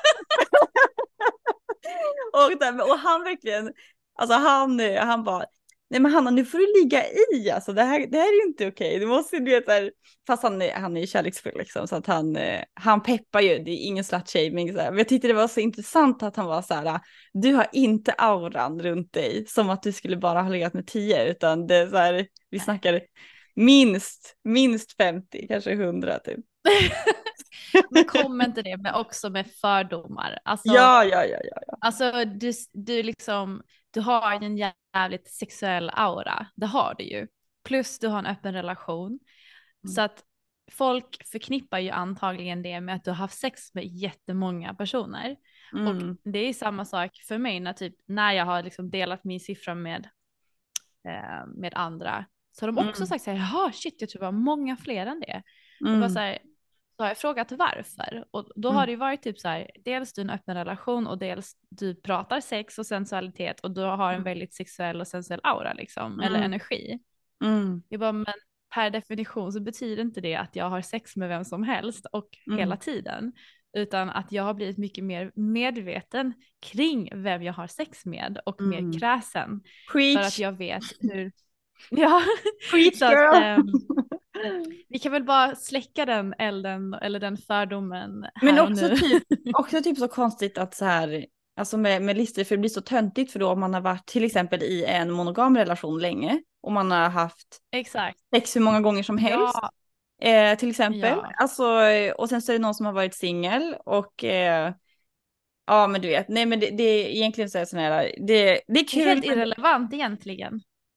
och, där, och han verkligen, alltså han, han bara, nej men Hanna nu får du ligga i, alltså det här, det här är ju inte okej, du måste du vet där, fast han, han är ju kärleksfull liksom, så att han, han peppar ju, det är ingen slut-shaming så här. Men jag tyckte det var så intressant att han var så här, du har inte auran runt dig, som att du skulle bara ha legat med tio, utan det är så här, vi snackar minst, minst femtio, kanske hundra typ. Men kommer inte det med också med fördomar? Alltså, ja, ja, ja, ja, ja. Alltså du, du liksom, du har ju en jävligt sexuell aura, det har du ju. Plus du har en öppen relation. Mm. Så att folk förknippar ju antagligen det med att du har haft sex med jättemånga personer. Mm. Och det är samma sak för mig när, typ, när jag har liksom delat min siffra med, eh, med andra. Så har de också mm. sagt så här, jaha shit jag tror det var många fler än det. Mm. Det var så här, så har jag frågat varför. Och då mm. har det ju varit typ så här, dels du en öppen relation och dels du pratar sex och sensualitet och du har en väldigt sexuell och sensuell aura liksom, mm. eller energi. Mm. Jag bara, men per definition så betyder inte det att jag har sex med vem som helst och mm. hela tiden. Utan att jag har blivit mycket mer medveten kring vem jag har sex med och mm. mer kräsen. Preach. För att jag vet hur... Ja, Preach, så att, um, vi kan väl bara släcka den elden eller den fördomen här. Men också och nu. typ, också typ så konstigt att så här, alltså med, med listor, för det blir så töntigt för då om man har varit till exempel i en monogam relation länge och man har haft Exakt. sex hur många gånger som helst. Ja. Eh, till exempel. Ja. Alltså, och sen så är det någon som har varit singel och eh, ja men du vet, nej men det, det är egentligen så här sån här, det, det är Det är kul. helt Men, irrelevant egentligen.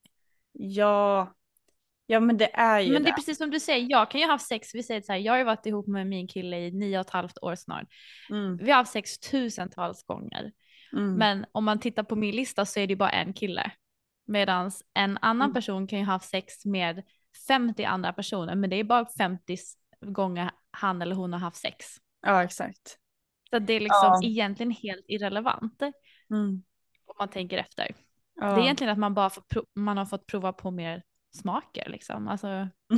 ja, ja men det är ju Men det är det. precis som du säger, jag kan ju ha haft sex, vi säger så här, jag har ju varit ihop med min kille i nio och ett halvt år snart. Mm, Vi har haft sex tusentals gånger. mm, Men om man tittar på min lista så är det ju bara en kille. Medan en annan mm. person kan ju ha haft sex med femtio andra personer, men det är bara femtio gånger han eller hon har haft sex. Ja, exakt. Så det är liksom Ja. egentligen helt irrelevant Mm. om man tänker efter. Ja. Det är egentligen att man bara får pro- man har fått prova på mer smaker liksom. Alltså,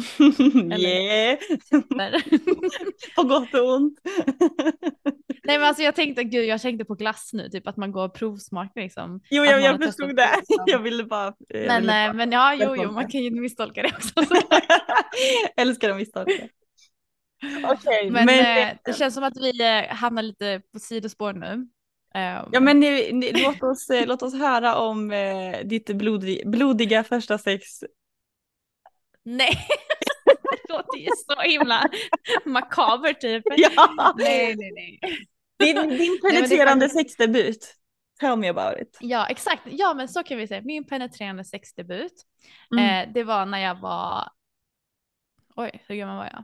yeah. eller... På gott och ont. Nej men alltså jag tänkte, gud jag tänkte på glass nu, typ att man går och provsmakar liksom. Jo, Att jag, man jag har testat förstod det. liksom. Jag ville bara... Jag Men, ville eh, bara men ja, jo, jo, välkomna. man kan ju misstolka det också. Älskar att misstolka. Okej, Men, men... eh, det känns som att vi eh, hamnar lite på sidospår nu. Um, Ja men ni, ni, låt, oss, eh, låt oss höra om eh, ditt blodig, blodiga första sex. Nej, det låter ju så himla makaber typ. Ja. Nej, nej, nej. Din, din penetrerande sexdebut. Tell me about it. Ja, exakt. Ja, men så kan vi säga. Min penetrerande sexdebut, Mm. eh, det var när jag var, oj, hur gammal var jag?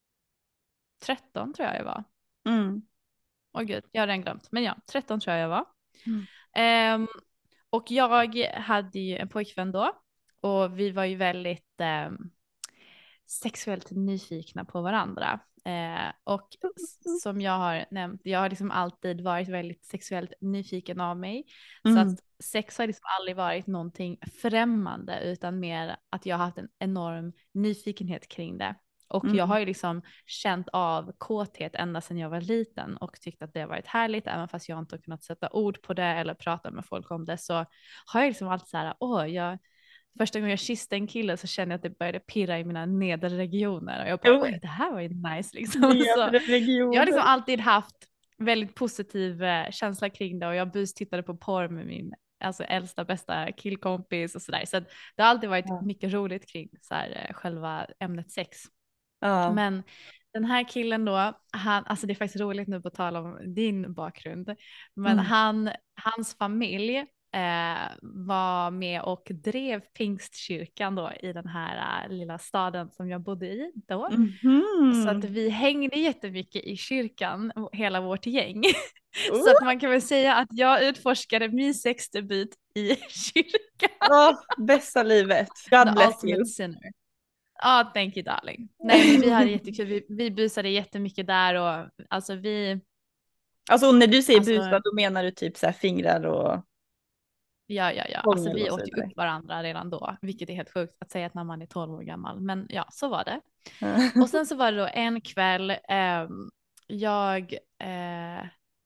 tretton tror jag jag var. Mm. Åh gud, jag har redan glömt. Men ja, tretton tror jag jag var. Mm. Ehm, och jag hade ju en pojkvän då. Och vi var ju väldigt ehm, sexuellt nyfikna på varandra. Eh, och s- som jag har nämnt, jag har liksom alltid varit väldigt sexuellt nyfiken av mig. Mm. Så att sex har liksom aldrig varit någonting främmande utan mer att jag har haft en enorm nyfikenhet kring det. Och Mm. jag har ju liksom känt av kåthet ända sedan jag var liten och tyckt att det har varit härligt. Även fast jag inte har kunnat sätta ord på det eller prata med folk om det så har jag liksom alltid så här, åh, jag, första gången jag kysste en kille så kände jag att det började pirra i mina nedre regioner. Och jag bara, Jo. oj, det här var ju nice liksom. Ja, Så jag har liksom alltid haft väldigt positiv eh, känsla kring det och jag bus tittade på porr med min alltså äldsta bästa killkompis och sådär. Så att det har alltid varit Ja. mycket roligt kring så här, eh, själva ämnet sex. Ja. Men den här killen då, han, alltså det är faktiskt roligt nu på tal om din bakgrund, men Mm. han, hans familj eh, var med och drev Pingstkyrkan då i den här äh, lilla staden som jag bodde i då. Mhm. Så att vi hängde jättemycket i kyrkan, hela vårt gäng. Oh. Så att man kan väl säga att jag utforskade min sexdebut i kyrkan. Åh, bästa livet. God The bless ultimate you. sinner. Ja, oh, thank you darling. Nej men vi hade jättekul, vi, vi busade jättemycket där och alltså vi, Alltså när du säger Alltså- busa då menar du typ så här fingrar och... ja ja ja, Hångel alltså vi och så åt ju vidare. upp varandra redan då, vilket är helt sjukt att säga att när man är tolv år gammal, men ja så var det. Och sen så var det då en kväll, eh, jag, eh,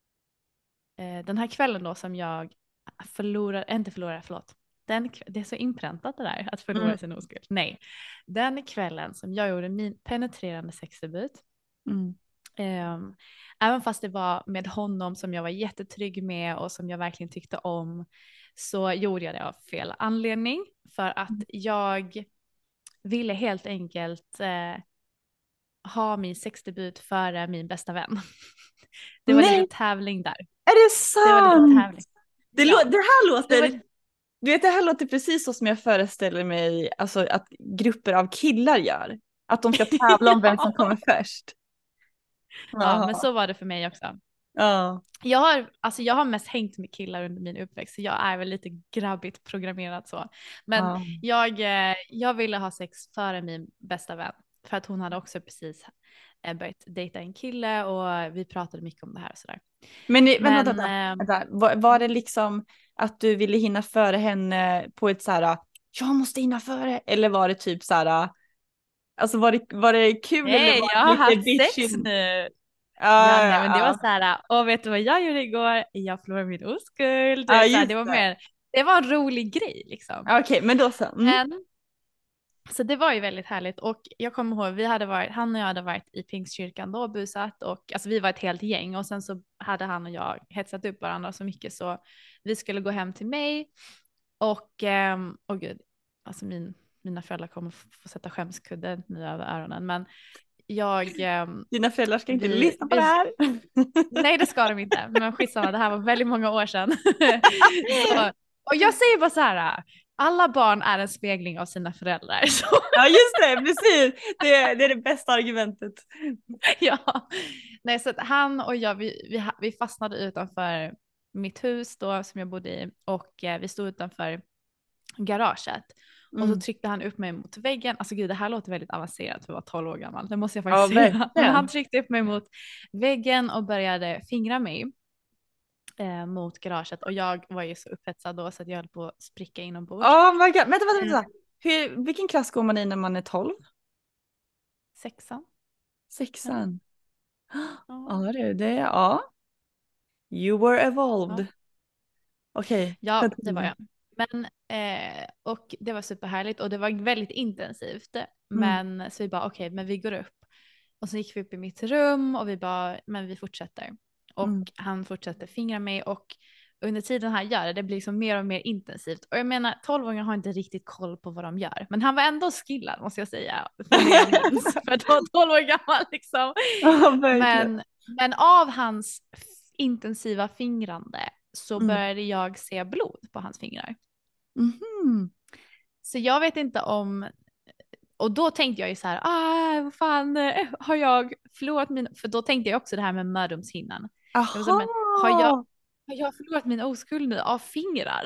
eh, den här kvällen då som jag förlorar, inte förlorar, förlåt. Den, kv- det är så inpräntat det där, att förlora Mm. sin oskuld. Nej, den kvällen som jag gjorde min penetrerande sexdebut, Mm. ehm, även fast det var med honom som jag var jättetrygg med och som jag verkligen tyckte om, så gjorde jag det av fel anledning. För att jag ville helt enkelt eh, ha min sexdebut före min bästa vän. Det var Nej. lite tävling där. Är det Det var lite sant? tävling. Det, Ja. lå- det här låter... Det var- Du vet, det här låter precis så som jag föreställer mig alltså, att grupper av killar gör. Att de ska tävla om vem som kommer först. Ja, men så var det för mig också. Ja. Jag har, alltså jag har mest hängt med killar under min uppväxt, så jag är väl lite grabbigt programmerad så. Men Ja. jag, eh, jag ville ha sex före min bästa vän. För att hon hade också precis eh, börjat dejta en kille och vi pratade mycket om det här och sådär. Men, men Men, vänta, vänta, ehm, vänta. Var, var det liksom att du ville hinna före henne på ett så här, jag måste hinna före, eller var det typ så här, alltså var det, var det kul Nej, eller var jag har det lite haft sex bitchy? nu. Ja, Ja, nej, men det ja. var så här, och vet du vad jag gjorde igår? Jag förlorade min oskuld. Ja, Så här, just det var det. mer, det var en rolig grej liksom. Okej, men då så. Mm. Men Så det var ju väldigt härligt och jag kommer ihåg vi hade varit, han och jag hade varit i Pingstkyrkan då busat och alltså vi var ett helt gäng och sen så hade han och jag hetsat upp varandra så mycket så vi skulle gå hem till mig och ehm, åh gud, alltså min, mina föräldrar kommer få sätta skämskudden nu över öronen men jag ehm, Dina föräldrar ska inte vi, lyssna på vi, det här. nej det ska de inte men skitsamma det här var väldigt många år sedan. Så, och jag säger bara så här. Alla barn är en spegling av sina föräldrar. Så. Ja just det, precis. Det är, det är det bästa argumentet. Ja, nej så att han och jag vi, vi, vi fastnade utanför mitt hus då som jag bodde i och eh, vi stod utanför garaget Mm. och så tryckte han upp mig mot väggen. Alltså gud det här låter väldigt avancerat för att vara tolv år gammal. Det måste jag Ja, faktiskt säga. verkligen. Men han tryckte upp mig mot väggen och började fingra mig. Eh, mot garaget och jag var ju så upphetsad då så att jag höll på att spricka inombords. Oh my god, vänta, vänta, Mm. vänta. Hur, vilken klass går man i när man är tolv? Sexan. Sexan. Ja. Ja du, det är, ja. You were evolved. Ja. Okej. Ja, det var jag. Men, eh, och det var superhärligt och det var väldigt intensivt. Men så vi bara okej, okay, men vi går upp. Och så gick vi upp i mitt rum och vi bara, men vi fortsätter. Och Mm. han fortsätter fingra mig och under tiden han gör det, det blir liksom mer och mer intensivt. Och jag menar, tolvåringar har inte riktigt koll på vad de gör. Men han var ändå skillad måste jag säga. För att vara tolv år gammal liksom. Ja, men, men av hans intensiva fingrande så Mm. började jag se blod på hans fingrar. Mhm. Så jag vet inte om, och då tänkte jag ju så här, ah vad fan eh, har jag förlorat min, för då tänkte jag också det här med mödomshinnan. Jag var så här, men har jag, har jag förlorat min oskuld nu av fingrar?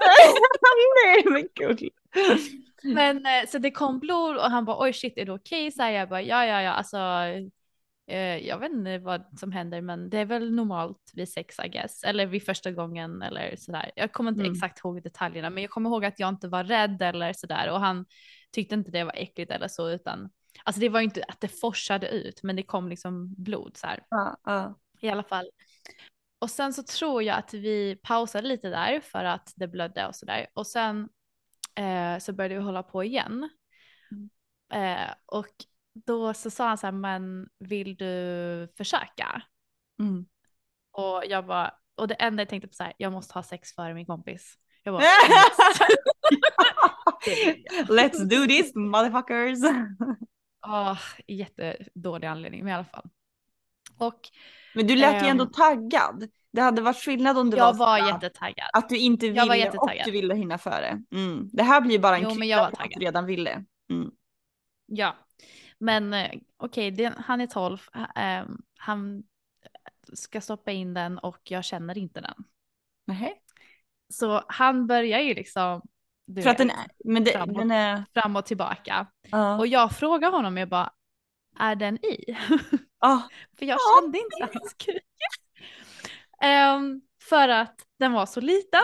Nej men gud. Men eh, så det kom blod och han bara oj shit är det okej? Så här, jag bara ja ja ja alltså eh, jag vet inte vad som händer men det är väl normalt vid sex I guess. Eller vid första gången eller sådär. Jag kommer inte Mm. exakt ihåg detaljerna men jag kommer ihåg att jag inte var rädd eller sådär och han tyckte inte det var äckligt eller så utan alltså det var ju inte att det forsade ut men det kom liksom blod så här. Ja, ja. I alla fall. Och sen så tror jag att vi pausade lite där för att det blödde och sådär. Och sen eh, så började vi hålla på igen. Eh, och då så sa han så här, men vill du försöka? Mm. Och jag bara, och det enda jag tänkte på så här, jag måste ha sex före min kompis. Jag bara, Let's do this motherfuckers. oh, jättedålig anledning men i alla fall. Och Men du lät ju ändå Ehm, taggad. Det hade varit skillnad om det jag var var så jättetaggad. att du inte Jag var ville och jättetaggad. du ville hinna före. Mm. Det här blir bara en Jo, men krydda jag var på att taggad. du redan ville. Mm. Ja, men eh, okej, det- han är tolv. eh, han ska stoppa in den och jag känner inte den. Nähä. Så han börjar ju liksom du För att den vet, är, men det, framåt. den är, fram och tillbaka. ja. Och jag frågar honom, jag bara, är den i? Ah. För jag Ja. kände inte hans kuk. Ehm, för att den var så liten.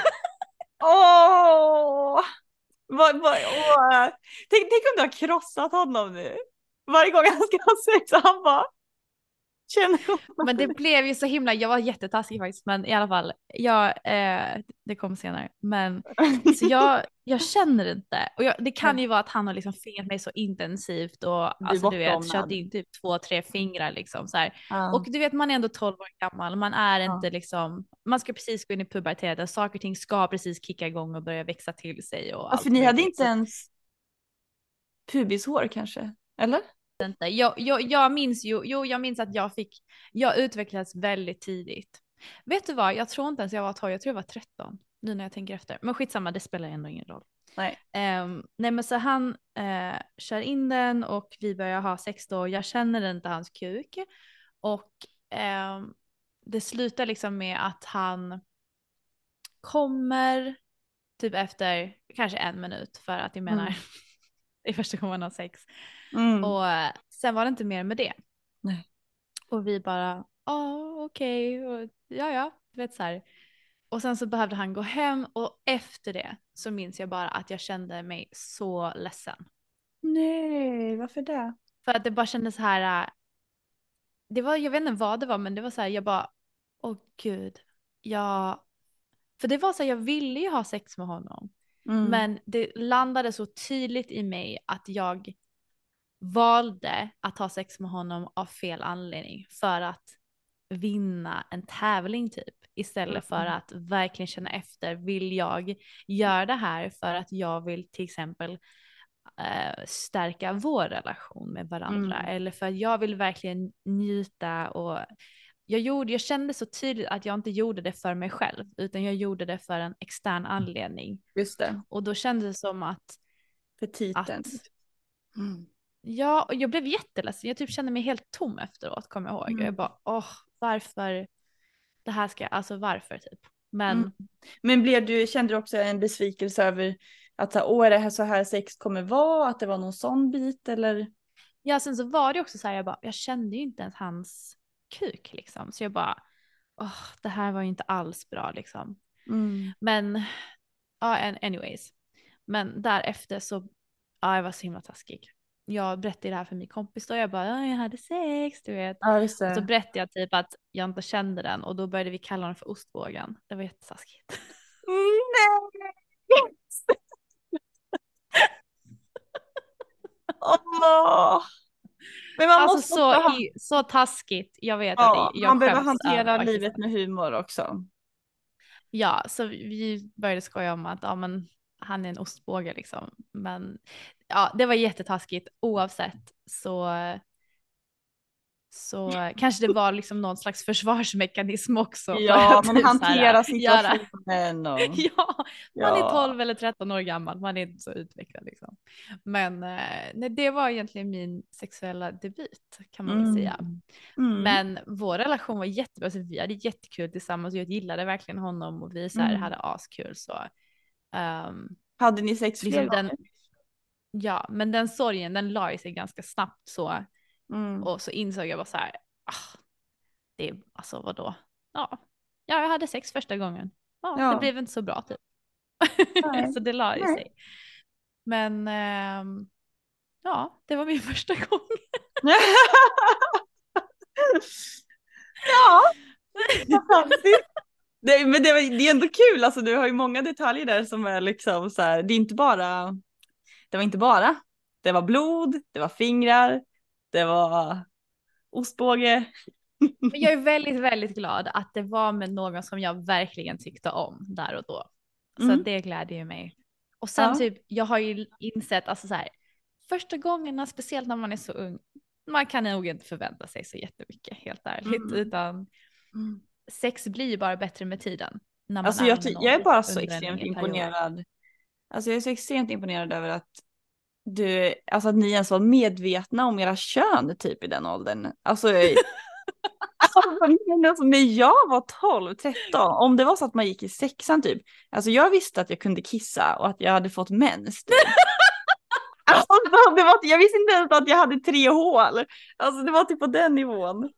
Åh! Vad, vad, åh. Tänk, tänk om du har krossat honom nu. Varje gång han ska ha sex så han bara känner. Men det blev ju så himla, jag var jättetaskig faktiskt, men i alla fall, jag, eh, det kom senare. Men så jag, jag känner inte, och jag, det kan ju vara att han har liksom fingrat mig så intensivt och alltså, du vet, bortdomnad. kört in typ två, tre fingrar liksom så här. Ja. Och du vet, man är ändå tolv år gammal, man är Ja. inte liksom, man ska precis gå in i puberteten, saker och ting ska precis kicka igång och börja växa till sig och Ja, allt för ni hade möjligt. inte Så- ens pubishår kanske? Eller? inte. Jag, jag, jag minns ju, jo jag minns att jag fick, jag utvecklades väldigt tidigt. Vet du vad, jag tror inte ens jag var tolv, jag tror jag var tretton. Nu när jag tänker efter. Men skitsamma, det spelar ändå ingen roll. Nej. Um, nej men så han uh, kör in den och vi börjar ha sex då. Jag känner inte hans kuk. Och um, det slutar liksom med att han kommer typ efter kanske en minut för att jag menar Mm. det är första gången man har sex. Mm. Och eh, sen var det inte mer med det. Nej. Och vi bara, ja okej, och ja ja, du vet så här. Och sen så behövde han gå hem och efter det så minns jag bara att jag kände mig så ledsen. Nej, varför det? För att det bara kändes så här, äh, det var, jag vet inte vad det var, men det var så här, jag bara, åh gud, jag, för det var så här, jag ville ju ha sex med honom. Mm. Men det landade så tydligt i mig att jag valde att ha sex med honom av fel anledning. För att vinna en tävling typ. Istället för Mm. att verkligen känna efter. Vill jag göra det här för att jag vill till exempel eh, stärka vår relation med varandra. Mm. Eller för att jag vill verkligen njuta och jag, gjorde, jag kände så tydligt att jag inte gjorde det för mig själv. Utan jag gjorde det för en extern anledning. Just det. Och då kändes det som att, För titeln. att Mm. ja, och jag blev jätteledsen. Jag typ kände mig helt tom efteråt, kommer jag ihåg. Mm. Och jag bara, åh, varför det här ska, alltså varför typ. Men Mm. Men blev du, kände du också en besvikelse över att så här, åh, är det här så här sex kommer vara? Att det var någon sån bit eller? ja, sen så var det också så här, jag bara, jag kände ju inte ens hans kuk liksom. Så jag bara, åh, det här var ju inte alls bra liksom. Mm. Men, ja, an- anyways. Men därefter så, ja, jag var så himla taskig. Jag berättade det här för min kompis då, jag bara, ja, jag hade sex, du vet. Ja, just Och så det. berättade jag typ att jag inte kände den och då började vi kalla den för ostbågen. Det var jättetaskigt. Nej! Åh! Men man Alltså måste så, också ha... i, så taskigt, jag vet att Ja, det, jag man behöver skäms hantera över livet faktiskt. med humor också. Ja, så vi började skoja om att ja, men, han är en ostbåge liksom. Men ja, det var jättetaskigt oavsett så, så kanske det var liksom någon slags försvarsmekanism också. För Ja, att man typ så här, hanterar göra- situationen och... Ja, man är Ja. tolv eller tretton år gammal, man är inte så utvecklad liksom. Men eh, nej, det var egentligen min sexuella debut kan man väl Mm. säga. Mm. Men vår relation var jättebra, så vi hade jättekul tillsammans och jag gillade verkligen honom och vi så här Mm. hade askul så. Um, Hade ni sex fler liksom den, gånger? ja, men den sorgen den la sig ganska snabbt så Mm. och så insåg jag bara så här, ah, det är alltså vadå? Ja, ja, jag hade sex första gången. Ja, Ja. det blev inte så bra typ. Nej. Så det la ju Nej. sig. Men ehm, ja, det var min första gång. Ja, fantastiskt. Det, men det, var, det är ändå kul, alltså du har ju många detaljer där som är liksom så här, det är inte bara, det var inte bara, det var blod, det var fingrar, det var ostbåge. Men jag är väldigt, väldigt glad att det var med någon som jag verkligen tyckte om där och då. Så Mm. det glädjer ju mig. Och sen Ja. typ, jag har ju insett, alltså så här, första gångerna, speciellt när man är så ung, man kan nog inte förvänta sig så jättemycket, helt ärligt, Mm. utan Mm. sex blir ju bara bättre med tiden. När man Alltså är jag, med ty- någon jag är bara så under en extremt längre period. imponerad. Alltså jag är så extremt imponerad över att du, alltså att ni ens var medvetna om era kön typ i den åldern. Alltså, alltså men alltså, när jag var tolv, tretton, om det var så att man gick i sexan typ, alltså jag visste att jag kunde kissa och att jag hade fått mens. Typ. Alltså, det var, jag visste inte ens att jag hade tre hål. Alltså det var typ på den nivån.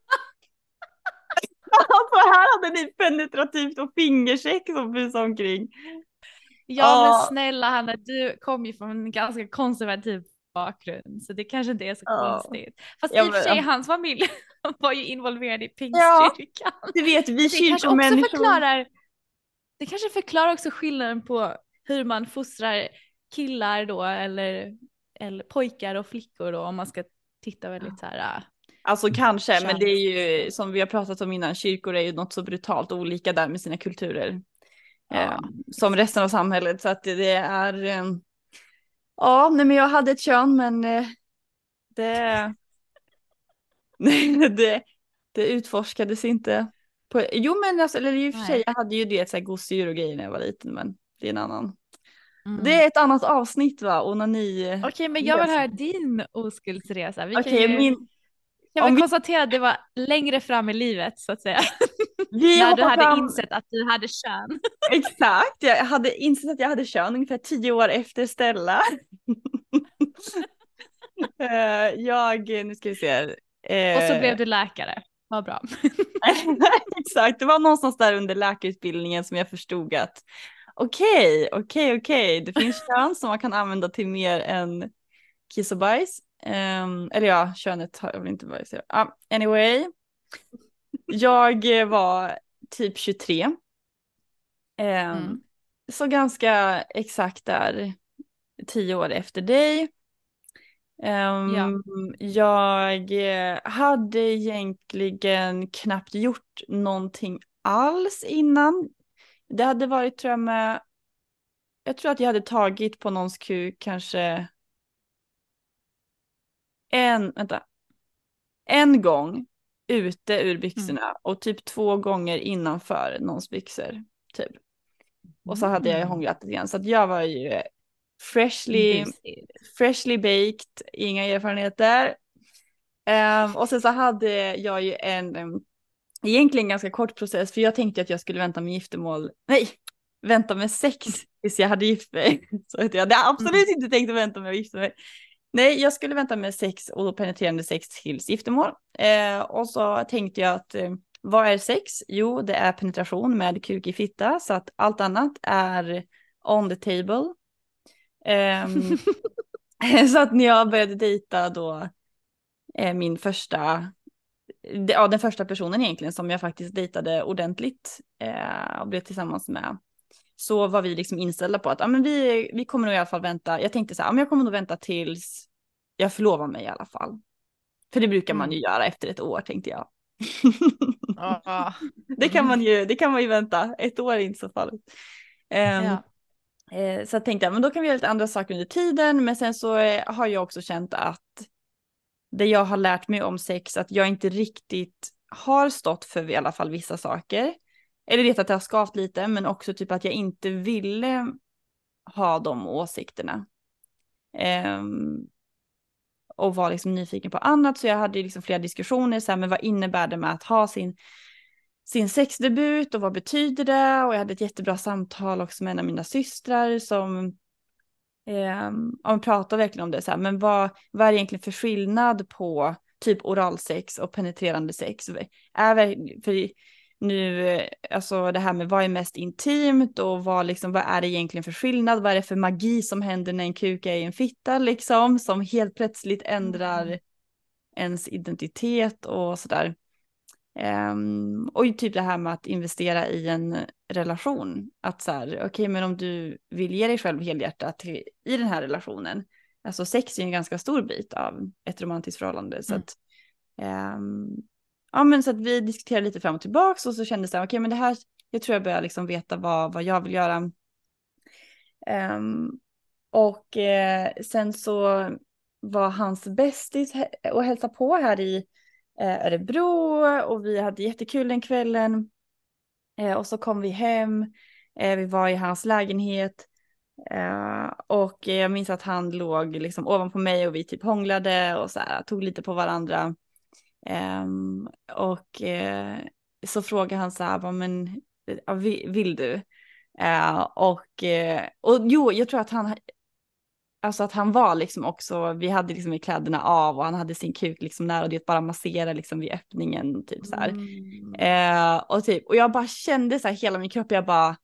Alltså här hade ni penetrativt och fingersex som busade omkring. Ja, men Ja. snälla Hanna, du kom ju från en ganska konservativ bakgrund, så det kanske inte är så Ja. konstigt. Fast Ja, i och för sig, men- hans familj var ju involverad i Ja. pingstkyrkan. Du vet, vi Det kanske också kyrkomänniskor. förklarar, det kanske förklarar också skillnaden på hur man fostrar killar då, eller, eller pojkar och flickor då, om man ska titta väldigt så här. äh, Alltså kanske, men det är ju Köns- som vi har pratat om innan, kyrkor är ju något så brutalt olika där med sina kulturer. Ja, eh, som resten av samhället, så att det, det är... Eh, ja, nej men jag hade ett kön, men eh, det, det, det utforskades inte. På, jo men alltså, eller i och för sig, Nej. jag hade ju det så här gosedjur och grejer när jag var liten, men det är en annan. Mm. Det är ett annat avsnitt va, onani. Okej, men jag vill resa. höra din oskuldsresa. Vi kan Okej, ju... min... Jag om vill vi- konstatera att det var längre fram i livet så att säga. Vi När du hoppar hade fram- insett att du hade kön. Exakt, jag hade insett att jag hade kön ungefär tio år efter Stella. Eh, jag, nu ska vi se. Eh, Och så blev du läkare. Vad bra. Exakt, det var någonstans där under läkarutbildningen som jag förstod att okej, okej, okej, det finns kön som man kan använda till mer än kiss och bajs. Um, eller ja, könet har jag väl inte bajs. Ah, anyway, jag var typ tjugotre. Um, Mm. så ganska exakt där tio år efter dig. Um, Ja. Jag eh, hade egentligen knappt gjort någonting alls innan. Det hade varit, tror jag, med... Jag tror att jag hade tagit på någons kuk kanske en, vänta, en gång ute ur byxorna Mm. och typ två gånger innanför någons byxor, typ. Och så hade jag Mm. hånglat lite grann. Så att jag var ju freshly, Busy. freshly baked, inga erfarenheter. Um, och sen så hade jag ju en um, egentligen ganska kort process, för jag tänkte att jag skulle vänta med giftermål. Nej, vänta med sex tills jag hade gift mig. Så jag hade absolut inte tänkt att vänta med att gifta mig. Nej, jag skulle vänta med sex och då penetrerande sex tills giftermål. Eh, och så tänkte jag att eh, vad är sex? Jo, det är penetration med kuk i fitta, så att allt annat är on the table. Um, så att när jag började dejta då eh, min första, ja, den första personen egentligen som jag faktiskt dejtade ordentligt eh, och blev tillsammans med, så var vi liksom inställda på att ja, men vi, vi kommer nog i alla fall vänta. Jag tänkte så här, ja, men jag kommer nog vänta tills jag förlovar mig i alla fall. För det brukar man ju Mm. göra efter ett år, tänkte jag. Ah. det, kan man ju, det kan man ju vänta. Ett år är inte så farligt. Um, Ja. eh, så jag tänkte jag, men då kan vi göra lite andra saker under tiden. Men sen så eh, har jag också känt att det jag har lärt mig om sex, att jag inte riktigt har stått för i alla fall vissa saker. Eller vet att det har skavt lite, men också typ att jag inte ville ha de åsikterna. Um, och var liksom nyfiken på annat, så jag hade liksom flera diskussioner, så här, men vad innebär det med att ha sin, sin sexdebut och vad betyder det? Och jag hade ett jättebra samtal också med en av mina systrar som eh, pratade verkligen om det, så här, men vad, vad är det egentligen för skillnad på typ oralsex och penetrerande sex? Är, för nu, alltså det här med vad är mest intimt och vad, liksom, vad är det egentligen för skillnad? Vad är det för magi som händer när en kuk är i en fitta liksom, som helt plötsligt ändrar mm. ens identitet och sådär. Um, och typ det här med att investera i en relation. Att så här, okej, okay, men om du vill ge dig själv helhjärtat till, i den här relationen. Alltså sex är en ganska stor bit av ett romantiskt förhållande. Mm. Så att um, ja, men så att vi diskuterade lite fram och tillbaka och så kändes det, okej, okay, men det här, jag tror jag börjar liksom veta vad, vad jag vill göra. Um, och eh, sen så var hans bästis och hälsa på här i eh, Örebro och vi hade jättekul den kvällen. Eh, och så kom vi hem, eh, vi var i hans lägenhet eh, och jag minns att han låg liksom ovanpå mig och vi typ hånglade och så här, tog lite på varandra. Um, och uh, så frågade han så här, men uh, vill, vill du? Uh, och, uh, och jo, jag tror att han alltså att han var liksom också, vi hade liksom kläderna av och han hade sin kuk liksom nära och det bara massera liksom vid öppningen typ så här. Mm. Uh, och typ, och jag bara kände så här hela min kropp, jag bara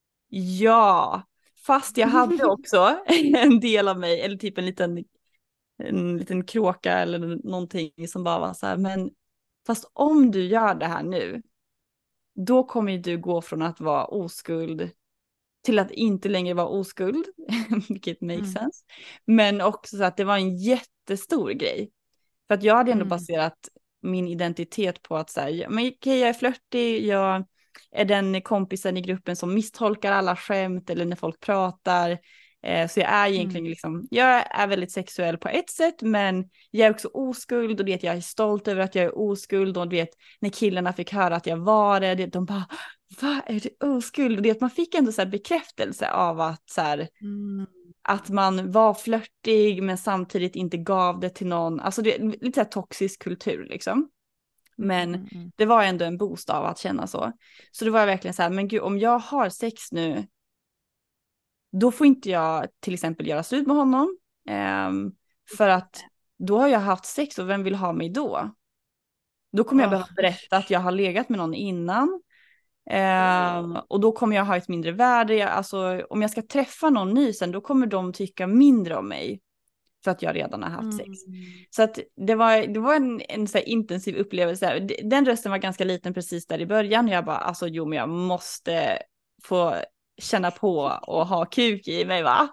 ja, fast jag hade också en del av mig, eller typ en liten en liten kråka eller någonting som bara var så här, men fast om du gör det här nu, då kommer ju du gå från att vara oskuld till att inte längre vara oskuld, vilket makes mm. sense. Men också så att det var en jättestor grej. För att jag hade ändå mm. baserat min identitet på att säga, men okej, jag är flörtig, jag är den kompisen i gruppen som misstolkar alla skämt eller när folk pratar. Så jag är egentligen mm. liksom, jag är väldigt sexuell på ett sätt, men jag är också oskuld och det, jag är stolt över att jag är oskuld och vet när killarna fick höra att jag var det, det de bara, vad är det oskuld? Och det, man fick ändå så här bekräftelse av att så här, mm. att man var flörtig men samtidigt inte gav det till någon, alltså det är lite så här toxisk kultur liksom. Men mm, mm. det var ändå en boost av att känna så. Så det var verkligen så här, men gud, om jag har sex nu, då får inte jag till exempel göra slut med honom. Um, för att då har jag haft sex och vem vill ha mig då? Då kommer jag oh. behöva berätta att jag har legat med någon innan. Um, och då kommer jag ha ett mindre värde. Jag, alltså, om jag ska träffa någon ny sen, då kommer de tycka mindre om mig. För att jag redan har haft sex. Mm. Så att det var, det var en, en så här intensiv upplevelse. Den rösten var ganska liten precis där i början. Jag bara, alltså jo men jag måste få känna på och ha kuk i mig, va?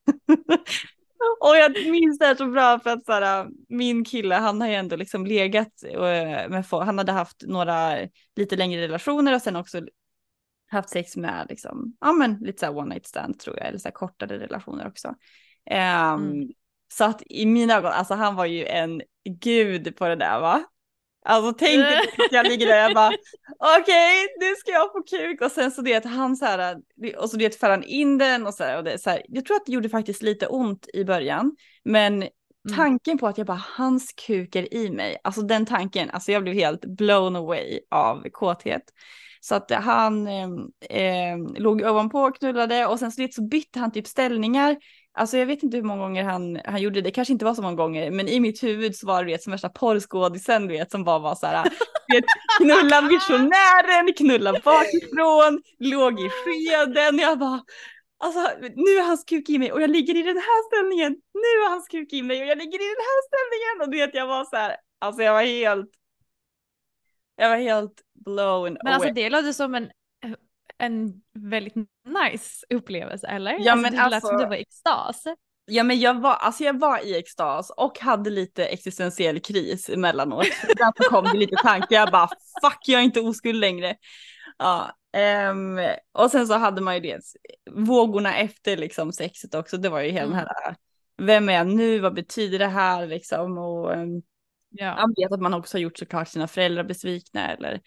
Och jag minns det här så bra för att så här, min kille, han har ju ändå liksom legat med folk, han hade haft några lite längre relationer och sen också haft sex med liksom, ja men lite så här one night stand tror jag, eller så här kortare relationer också. Um, mm. Så att i mina ögon, alltså han var ju en gud på det där, va? Alltså tänk dig att jag ligger där och bara okej, okay, nu ska jag få kuk och sen så det att han så här och så det för han in den och så här, och det så här, jag tror att det gjorde faktiskt lite ont i början, men tanken på att jag bara hans kuk är i mig, alltså den tanken, alltså jag blev helt blown away av kåthet. Så att han eh, eh, låg ovanpå och knullade och sen så, så bytte han typ ställningar. Alltså jag vet inte hur många gånger han, han gjorde det, kanske inte var så många gånger, men i mitt huvud så var det vet, som värsta porrskådisen, du vet, som bara var så här, vet, knulla missionären, knulla bakifrån, låg i skeden, och jag bara, alltså nu är hans kuk i mig och jag ligger i den här ställningen, nu är hans kuk i mig och jag ligger i den här ställningen, och du vet, jag var så här, alltså jag var helt, jag var helt blown Men away. alltså det låter som en en väldigt nice upplevelse, eller? Ja, alltså, men det lät alltså, som du var i extas. Ja, men jag var, alltså jag var i extas och hade lite existentiell kris emellanåt. Därför kom det lite tankar. Jag bara, fuck, jag är inte oskuld längre. Ja, um, och sen så hade man ju det vågorna efter liksom sexet också. Det var ju hela mm. den här, vem är jag nu? Vad betyder det här liksom? Och um, ja. Jag vet att man också har gjort såklart sina föräldrar besvikna eller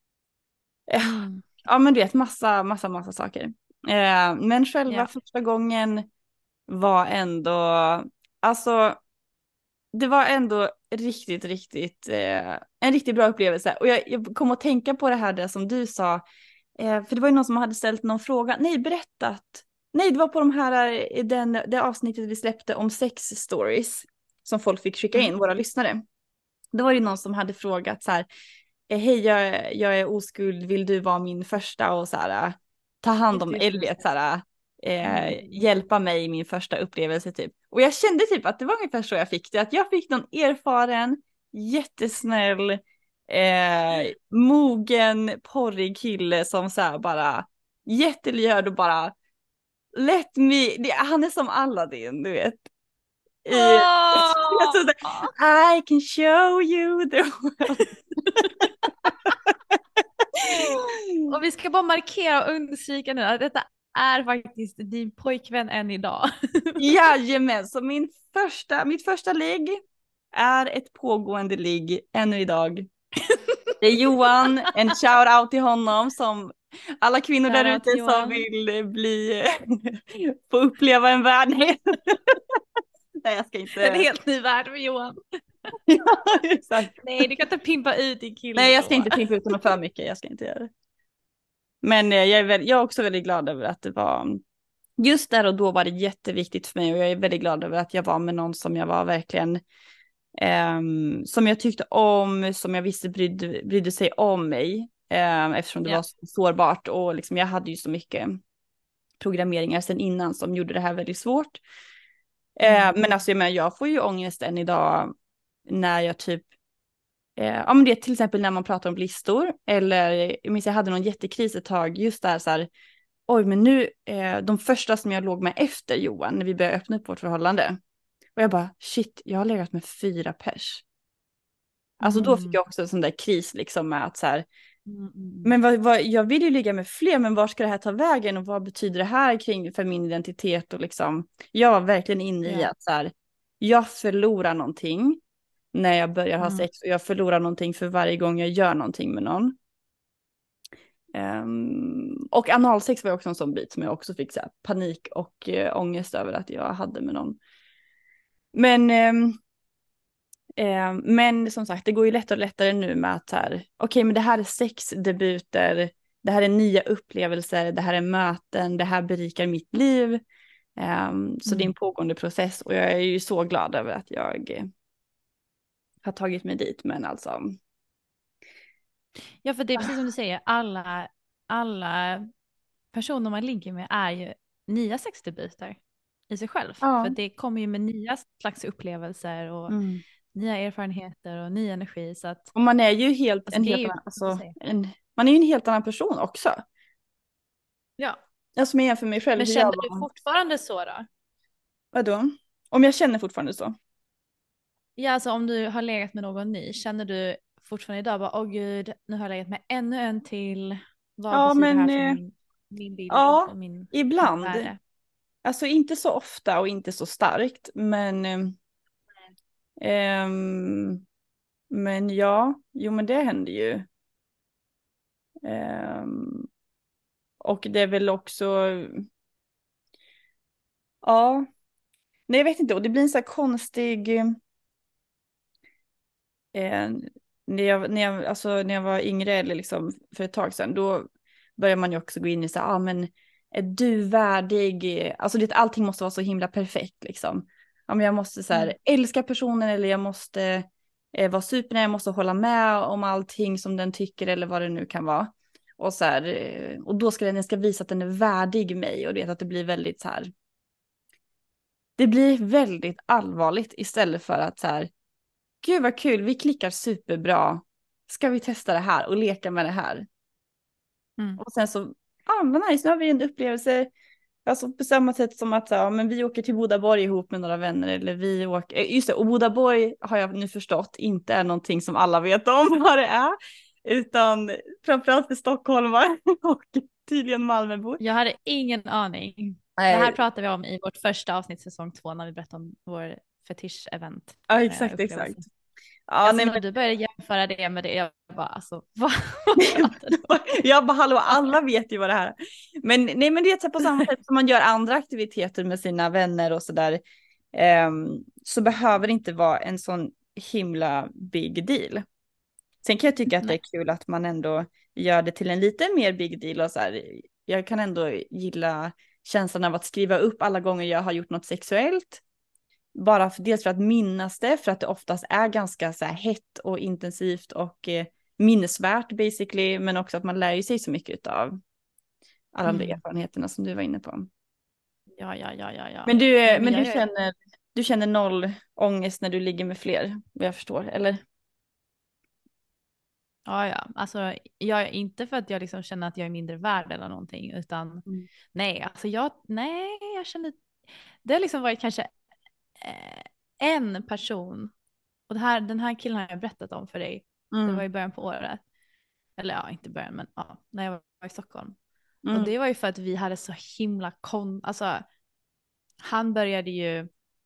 mm. ja, men du vet, massa, massa, massa saker. Eh, men själva yeah. första gången var ändå, alltså, det var ändå riktigt, riktigt, eh, en riktigt bra upplevelse. Och jag, jag kom att tänka på det här det som du sa, eh, för det var ju någon som hade ställt någon fråga, nej, berättat. Nej, det var på de här, den, det avsnittet vi släppte om sex stories som folk fick skicka in, mm. våra lyssnare. Då var det någon som hade frågat så här, hej, jag, jag är oskuld, vill du vara min första och så här, ta hand om Elliot, så här, eh, hjälpa mig i min första upplevelse typ. Och jag kände typ att det var ungefär så jag fick det, att jag fick någon erfaren, jättesnäll, eh, mogen, porrig kille som så här bara jättelyhörd och bara let me, det, han är som Aladdin, du vet. I, oh! I can show you the world. Och vi ska bara markera och understryka nu att detta är faktiskt din pojkvän än idag. Jajamän, så min första, mitt första ligg är ett pågående ligg ännu idag. Det är Johan, en shout out till honom som alla kvinnor där ute som vill bli få uppleva en värld. Nej, jag ska inte. En helt ny värld med Johan. Ja, exakt. Nej, du kan inte pimpa ut din kille. Nej, jag ska inte pimpa ut honom för mycket. Jag ska inte göra det. Men jag är, väl, jag är också väldigt glad över att det var just där och då var det jätteviktigt för mig. Och jag är väldigt glad över att jag var med någon som jag var verkligen um, som jag tyckte om, som jag visste brydde, brydde sig om mig. Um, eftersom det yeah. var så sårbart och liksom, jag hade ju så mycket programmeringar sedan innan som gjorde det här väldigt svårt. Mm. Uh, men alltså jag, menar, jag får ju ångest än idag när jag typ eh, ja men det till exempel när man pratar om listor eller jag minns jag hade någon jättekris ett tag just där så här, oj men nu eh, de första som jag låg med efter Johan när vi började öppna upp vårt förhållande och jag bara shit, jag har legat med fyra pers. Alltså mm. då fick jag också en sån där kris liksom med att så här mm. men vad, vad, jag vill ju ligga med fler, men var ska det här ta vägen och vad betyder det här kring för min identitet och liksom jag var verkligen inne i ja. att så här jag förlorar någonting när jag börjar ha mm. sex och jag förlorar någonting för varje gång jag gör någonting med någon. Um, och analsex var också en sån bit som jag också fick så här, panik och uh, ångest över att jag hade med någon. Men um, um, men som sagt, det går ju lättare och lättare nu med att här, okej okay, men det här är sexdebuter, det här är nya upplevelser, det här är möten, det här berikar mitt liv. Um, så mm. det är en pågående process och jag är ju så glad över att jag har tagit mig dit, men alltså. Ja, för det är precis som du säger, alla, alla personer man ligger med är ju nya sexdebuter i sig själv. Ja. För det kommer ju med nya slags upplevelser och mm. nya erfarenheter och ny energi. Så att, och man är ju helt, alltså, en helt annan, alltså, en, man är ju en helt annan person också. Ja. Alltså om jag jämför mig själv Men hur jag känner du var. fortfarande så då? Vadå? Om jag känner fortfarande så? Ja, alltså om du har legat med någon ny, känner du fortfarande idag bara, åh gud, nu har jag legat med ännu en till. Vad Ja, betyder det men här för eh, min, min bild ja, och min, mitt ibland. värde? Alltså inte så ofta och inte så starkt, men eh, ehm, men ja, jo men det händer ju. Ehm, och det är väl också, ja, nej jag vet inte, och det blir en så här konstig, eh, när jag, när jag, alltså när jag var yngre eller liksom för ett tag sedan, då börjar man ju också gå in i så här, ja ah, men är du värdig, alltså det, allting måste vara så himla perfekt liksom. Ja men jag måste så här Mm. älska personen eller jag måste eh, vara super, jag måste hålla med om allting som den tycker eller vad det nu kan vara. Och så här, eh, och då ska den, den ska visa att den är värdig mig och det att det blir väldigt så här, det blir väldigt allvarligt istället för att så här, gud vad kul, vi klickar superbra. Ska vi testa det här och leka med det här? Mm. Och sen så, ja vad nice, nu har vi en upplevelse. Alltså på samma sätt som att ja, men vi åker till Bodaborg ihop med några vänner. Eller vi åker, eh, just det, och Bodaborg har jag nu förstått inte är någonting som alla vet om vad det är. Utan framförallt för stockholmare och tydligen Malmöbor. Jag hade ingen aning. Det här Nej, pratar vi om i vårt första avsnitt säsong två när vi berättade om vår fetisch-event. ja eh, exakt, upplevelse. exakt. Ja, Alltså nej, när men... du började jämföra det med det, jag bara alltså, vad, vad pratar du om? Jag bara hallå, alla vet ju vad det här är. Men nej, men det är så här på samma sätt som man gör andra aktiviteter med sina vänner och sådär. Um, så behöver det inte vara en sån himla big deal. Sen kan jag tycka att det Nej. är kul att man ändå gör det till en lite mer big deal och så här. Jag kan ändå gilla känslan av att skriva upp alla gånger jag har gjort något sexuellt. Bara för, dels för att minnas det, för att det oftast är ganska så här hett och intensivt och eh, minnesvärt basically, men också att man lär ju sig så mycket av alla de Mm. erfarenheterna som du var inne på. Ja, ja, ja, ja, ja. Men du, Nej, men men du jag, känner, du känner noll ångest när du ligger med fler, vad jag förstår, eller? ja, ja, alltså jag inte för att jag liksom känner att jag är mindre värd eller någonting, utan Mm. nej, alltså jag, nej, jag känner, det har liksom varit kanske eh, en person, och det här, den här killen har jag berättat om för dig, det var Mm. i början på året, eller ja, inte början, men ja, när jag var i Stockholm. Och Mm. det var ju för att vi hade så himla kon, alltså han började ju,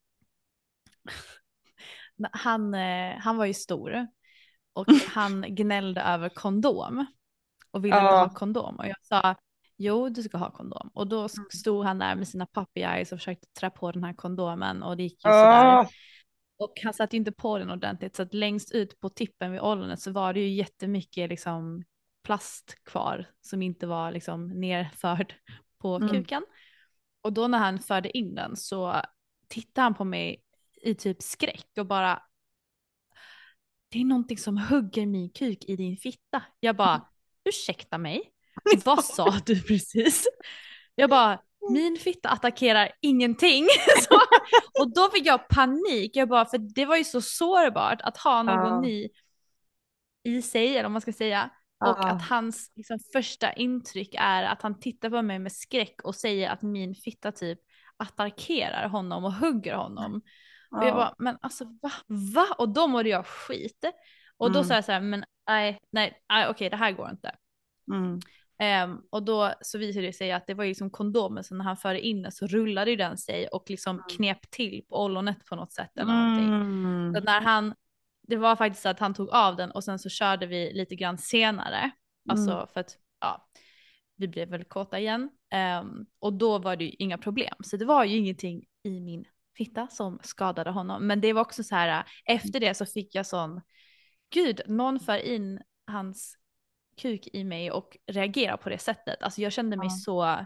han, eh, han var ju stor och han gnällde över kondom och ville inte ha Ja. kondom. Och jag sa, jo du ska ha kondom. Och då Mm. stod han där med sina puppy eyes och försökte trä på den här kondomen och det gick ju sådär. Ah. Och han satte ju inte på den ordentligt, så att längst ut på tippen vid ollonet så var det ju jättemycket liksom plast kvar som inte var liksom nerförd på Mm. kuken. Och då när han förde in den så tittade han på mig i typ skräck och bara, det är någonting som hugger min kuk i din fitta. Jag bara, ursäkta mig, vad sa du precis? Jag bara, min fitta attackerar ingenting. Så, och då fick jag panik, jag bara, för det var ju så sårbart att ha någon Ja. ny i sig, eller om man ska säga. Och Ja. att hans liksom, första intryck är att han tittar på mig med skräck och säger att min fitta typ attackerar honom och hugger honom. Och jag bara, men alltså va? va? Och då mådde jag skit. Och då Mm. sa jag så här, men nej, nej, nej okej det här går inte. Mm. Um, och då så visade det sig att det var ju liksom kondomen, så när han förde in den så rullade ju den sig och liksom knep till på ollonet på något sätt eller någonting. Mm. Så när han, det var faktiskt så att han tog av den och sen så körde vi lite grann senare. Alltså Mm. för att, ja, vi blev väl kåta igen. Um, och då var det ju inga problem. Så det var ju ingenting i min fitta som skadade honom. Men det var också så här, efter det så fick jag sån, gud, någon för in hans kuk i mig och reagerar på det sättet. Alltså jag kände mig Ja. så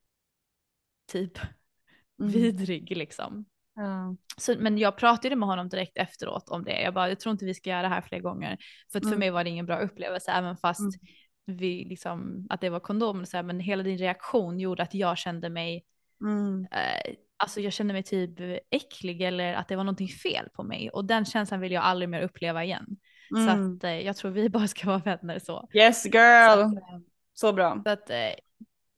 typ Mm. vidrig liksom. Ja. Så, men jag pratade med honom direkt efteråt om det. Jag bara, jag tror inte vi ska göra det här fler gånger. För att för Mm. mig var det ingen bra upplevelse, även fast Mm. vi liksom, att det var kondom. Så här, men hela din reaktion gjorde att jag kände mig, Mm. eh, alltså jag kände mig typ äcklig eller att det var någonting fel på mig. Och den känslan vill jag aldrig mer uppleva igen. Mm. Så att eh, jag tror vi bara ska vara vänner så. Yes Så girl. att, eh, Så bra. så att, eh,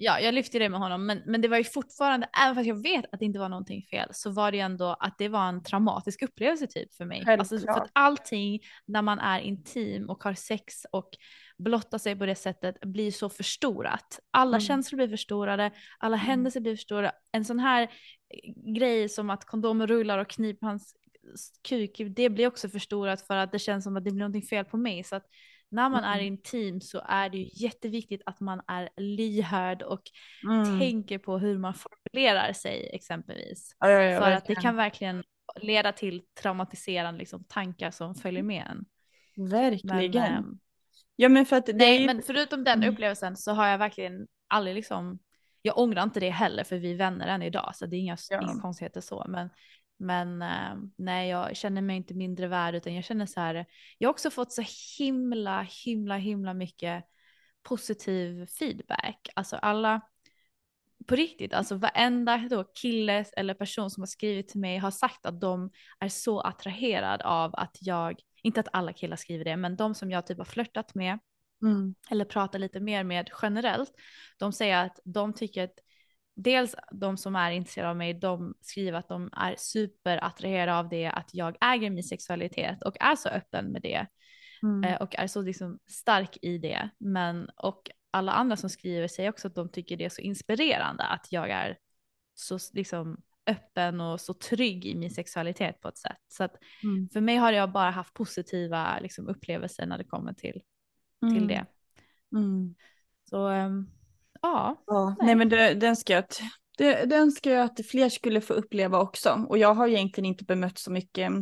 Ja, jag lyfte det med honom, men, men det var ju fortfarande, även fast jag vet att det inte var någonting fel, så var det ju ändå att det var en traumatisk upplevelse typ för mig. Alltså för Självklart. att allting när man är intim och har sex och blottar sig på det sättet blir så förstorat. Alla Mm. känslor blir förstorade, alla Mm. händelser blir förstorade. En sån här grej som att kondomen rullar och kniper hans kuk, det blir också förstorat för att det känns som att det blir någonting fel på mig. Så att när man är Mm. intim så är det ju jätteviktigt att man är lyhörd och Mm. tänker på hur man formulerar sig exempelvis. Ja, ja, ja, för att det verkligen. kan verkligen leda till traumatiserande liksom, tankar som följer med en. Verkligen. Men, ehm, Ja, men för att det är nej, ju... men förutom den Mm. upplevelsen så har jag verkligen aldrig liksom, jag ångrar inte det heller för vi är vänner än idag så det är inga, Ja. inga konstigheter så. Men, men eh, nej, jag känner mig inte mindre värd utan jag känner så här, jag har också fått så himla, himla, himla mycket positiv feedback. Alltså alla, på riktigt, alltså varenda då kille eller person som har skrivit till mig har sagt att de är så attraherad av att jag, inte att alla killar skriver det, men de som jag typ har flörtat med Mm. eller pratar lite mer med generellt, de säger att de tycker att dels de som är intresserade av mig, de skriver att de är superattraherade av det, att jag äger min sexualitet och är så öppen med det Mm. eh, och är så liksom stark i det. Men och alla andra som skriver säger också att de tycker det är så inspirerande att jag är så liksom öppen och så trygg i min sexualitet på ett sätt. Så att Mm. för mig har jag bara haft positiva liksom, upplevelser när det kommer till, till Mm. det. Mm. Så um, ja, Ja, nej, nej. men det, det, önskar jag att, det, det önskar jag att fler skulle få uppleva också. Och jag har egentligen inte bemött så mycket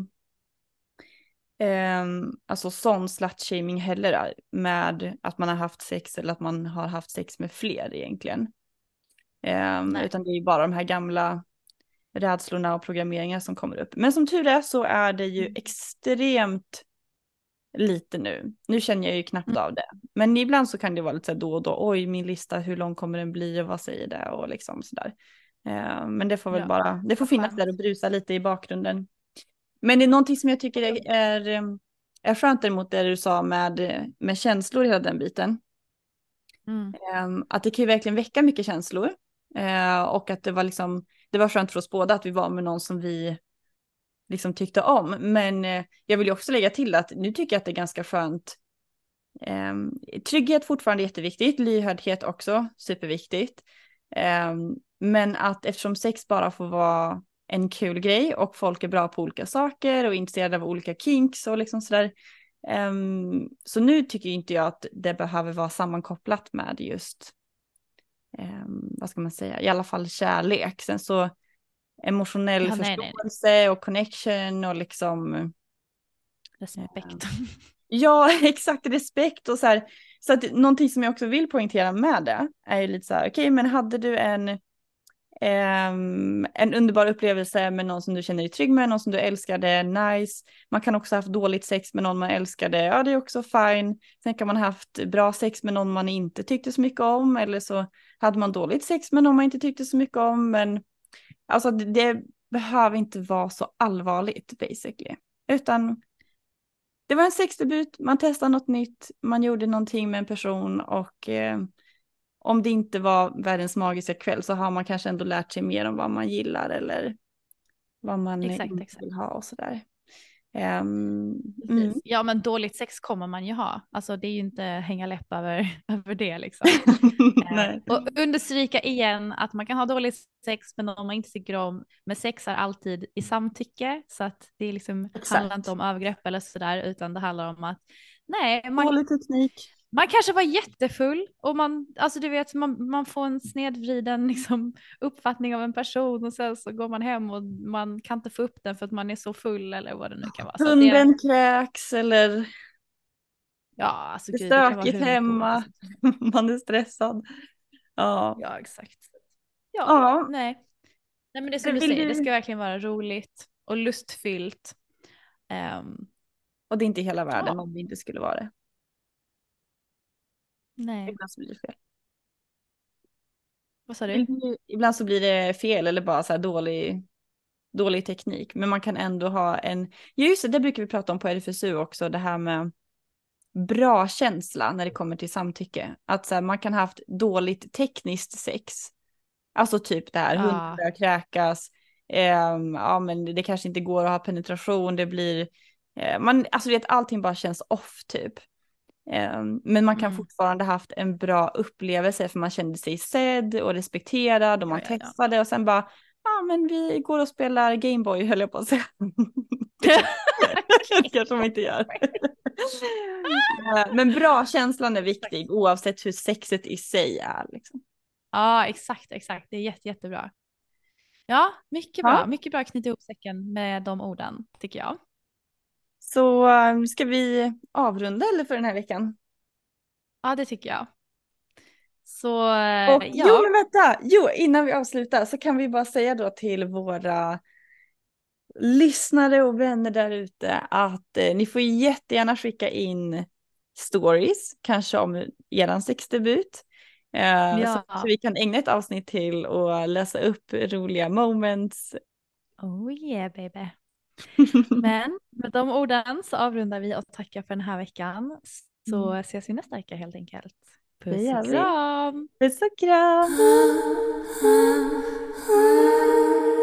eh, alltså sån slutshaming heller med att man har haft sex eller att man har haft sex med fler egentligen. Eh, Nej. utan det är ju bara de här gamla rädslorna och programmeringar som kommer upp. Men som tur är så är det ju Mm. extremt lite nu. Nu känner jag ju knappt Mm. av det. Men ibland så kan det vara lite så här då och då. Oj, min lista, hur lång kommer den bli och vad säger det? Och liksom sådär. Eh, men det får väl Ja, bara, det får vad finnas skönt. där och brusa lite i bakgrunden. Men det är någonting som jag tycker är, är, är skönt emot det du sa med, med känslor i hela den biten. Mm. Eh, att det kan ju verkligen väcka mycket känslor. Eh, och att det var liksom, det var skönt för oss båda att vi var med någon som vi liksom tyckte om. Men eh, jag vill ju också lägga till att nu tycker jag att det är ganska skönt. Eh, trygghet fortfarande jätteviktigt, lyhördhet också superviktigt. Eh, men att eftersom sex bara får vara en kul grej och folk är bra på olika saker och intresserade av olika kinks och liksom sådär. Eh, så nu tycker inte jag att det behöver vara sammankopplat med just, eh, vad ska man säga, i alla fall kärlek. Sen så emotionell Ja, nej, nej, förståelse och connection och liksom respekt. ja, exakt, respekt och så här. Så att någonting som jag också vill poängtera med det är ju lite så här, okej, okay, men hade du en um, en underbar upplevelse med någon som du känner dig trygg med, någon som du älskade, nice. Man kan också ha haft dåligt sex med någon man älskade, ja det är också fine. Sen kan man ha haft bra sex med någon man inte tyckte så mycket om, eller så hade man dåligt sex med någon man inte tyckte så mycket om, men alltså det, det behöver inte vara så allvarligt basically, utan det var en sexdebut, man testade något nytt, man gjorde någonting med en person och eh, om det inte var världens magiska kväll så har man kanske ändå lärt sig mer om vad man gillar eller vad man Exakt, inte exakt. vill ha och sådär. Um, Precis. mm. Ja, men dåligt sex kommer man ju ha. Alltså det är ju inte hänga läpp över, över det liksom. Nej. Eh, och understryka igen att man kan ha dåligt sex med någon man inte tycker om. Men sex är alltid i samtycke. Så att det är liksom, handlar inte om övergrepp eller sådär. Utan det handlar om att nej, man, Dålig teknik. man kanske var jättefull. Och man, alltså du vet, man, man får en snedvriden liksom, uppfattning av en person. Och sen så går man hem och man kan inte få upp den för att man är så full eller vad det nu kan vara. Så att det är, Hunden kräks eller ja, alltså det gud, är det kan vara stökigt hur mycket hemma. olika saker. Man är stressad. Ja. Ja, exakt. Ja, Ja. nej. Nej, men det är som Det du vill säger, du- det ska verkligen vara roligt och lustfyllt. Ehm, Och det är inte hela världen Ja. om det inte skulle vara det. nej, Ibland så blir det fel. vad sa du? Ibland så blir det fel eller bara så här dålig, dålig teknik. Men man kan ändå ha en... Ja, just det, det brukar vi prata om på R F S U också. Det här med bra känsla när det kommer till samtycke. Att så här, man kan ha haft dåligt tekniskt sex. Alltså typ det här, Ja. hunden börjar kräkas. Um, ja men det kanske inte går att ha penetration, det blir... Uh, man, alltså vet, allting bara känns off typ. Um, men man kan Mm. fortfarande haft en bra upplevelse för man kände sig sedd och respekterad och man Ja, ja, ja. testade och sen bara, ja men vi går och spelar Gameboy höll jag på att säga. Det kanske man inte gör. Men bra känslan är viktig oavsett hur sexet i sig är. Liksom. Ja, exakt, exakt. Det är jätte, jättebra. Ja, mycket Ja. bra. Mycket bra att knyta ihop säcken med de orden, tycker jag. Så um, ska vi avrunda eller för den här veckan? Ja, det tycker jag. Så, Och, ja. Jo, men vänta! Jo, innan vi avslutar så kan vi bara säga då till våra lyssnare och vänner där ute att eh, ni får jättegärna skicka in stories, kanske om eran sexdebut. Eh, Ja. så, så vi kan ägna ett avsnitt till och läsa upp roliga moments. Oh yeah, baby. Men med de orden så avrundar vi och tackar för den här veckan. Så Mm. ses vi nästa vecka helt enkelt. Det Puss gör och vi. kram! Puss och kram!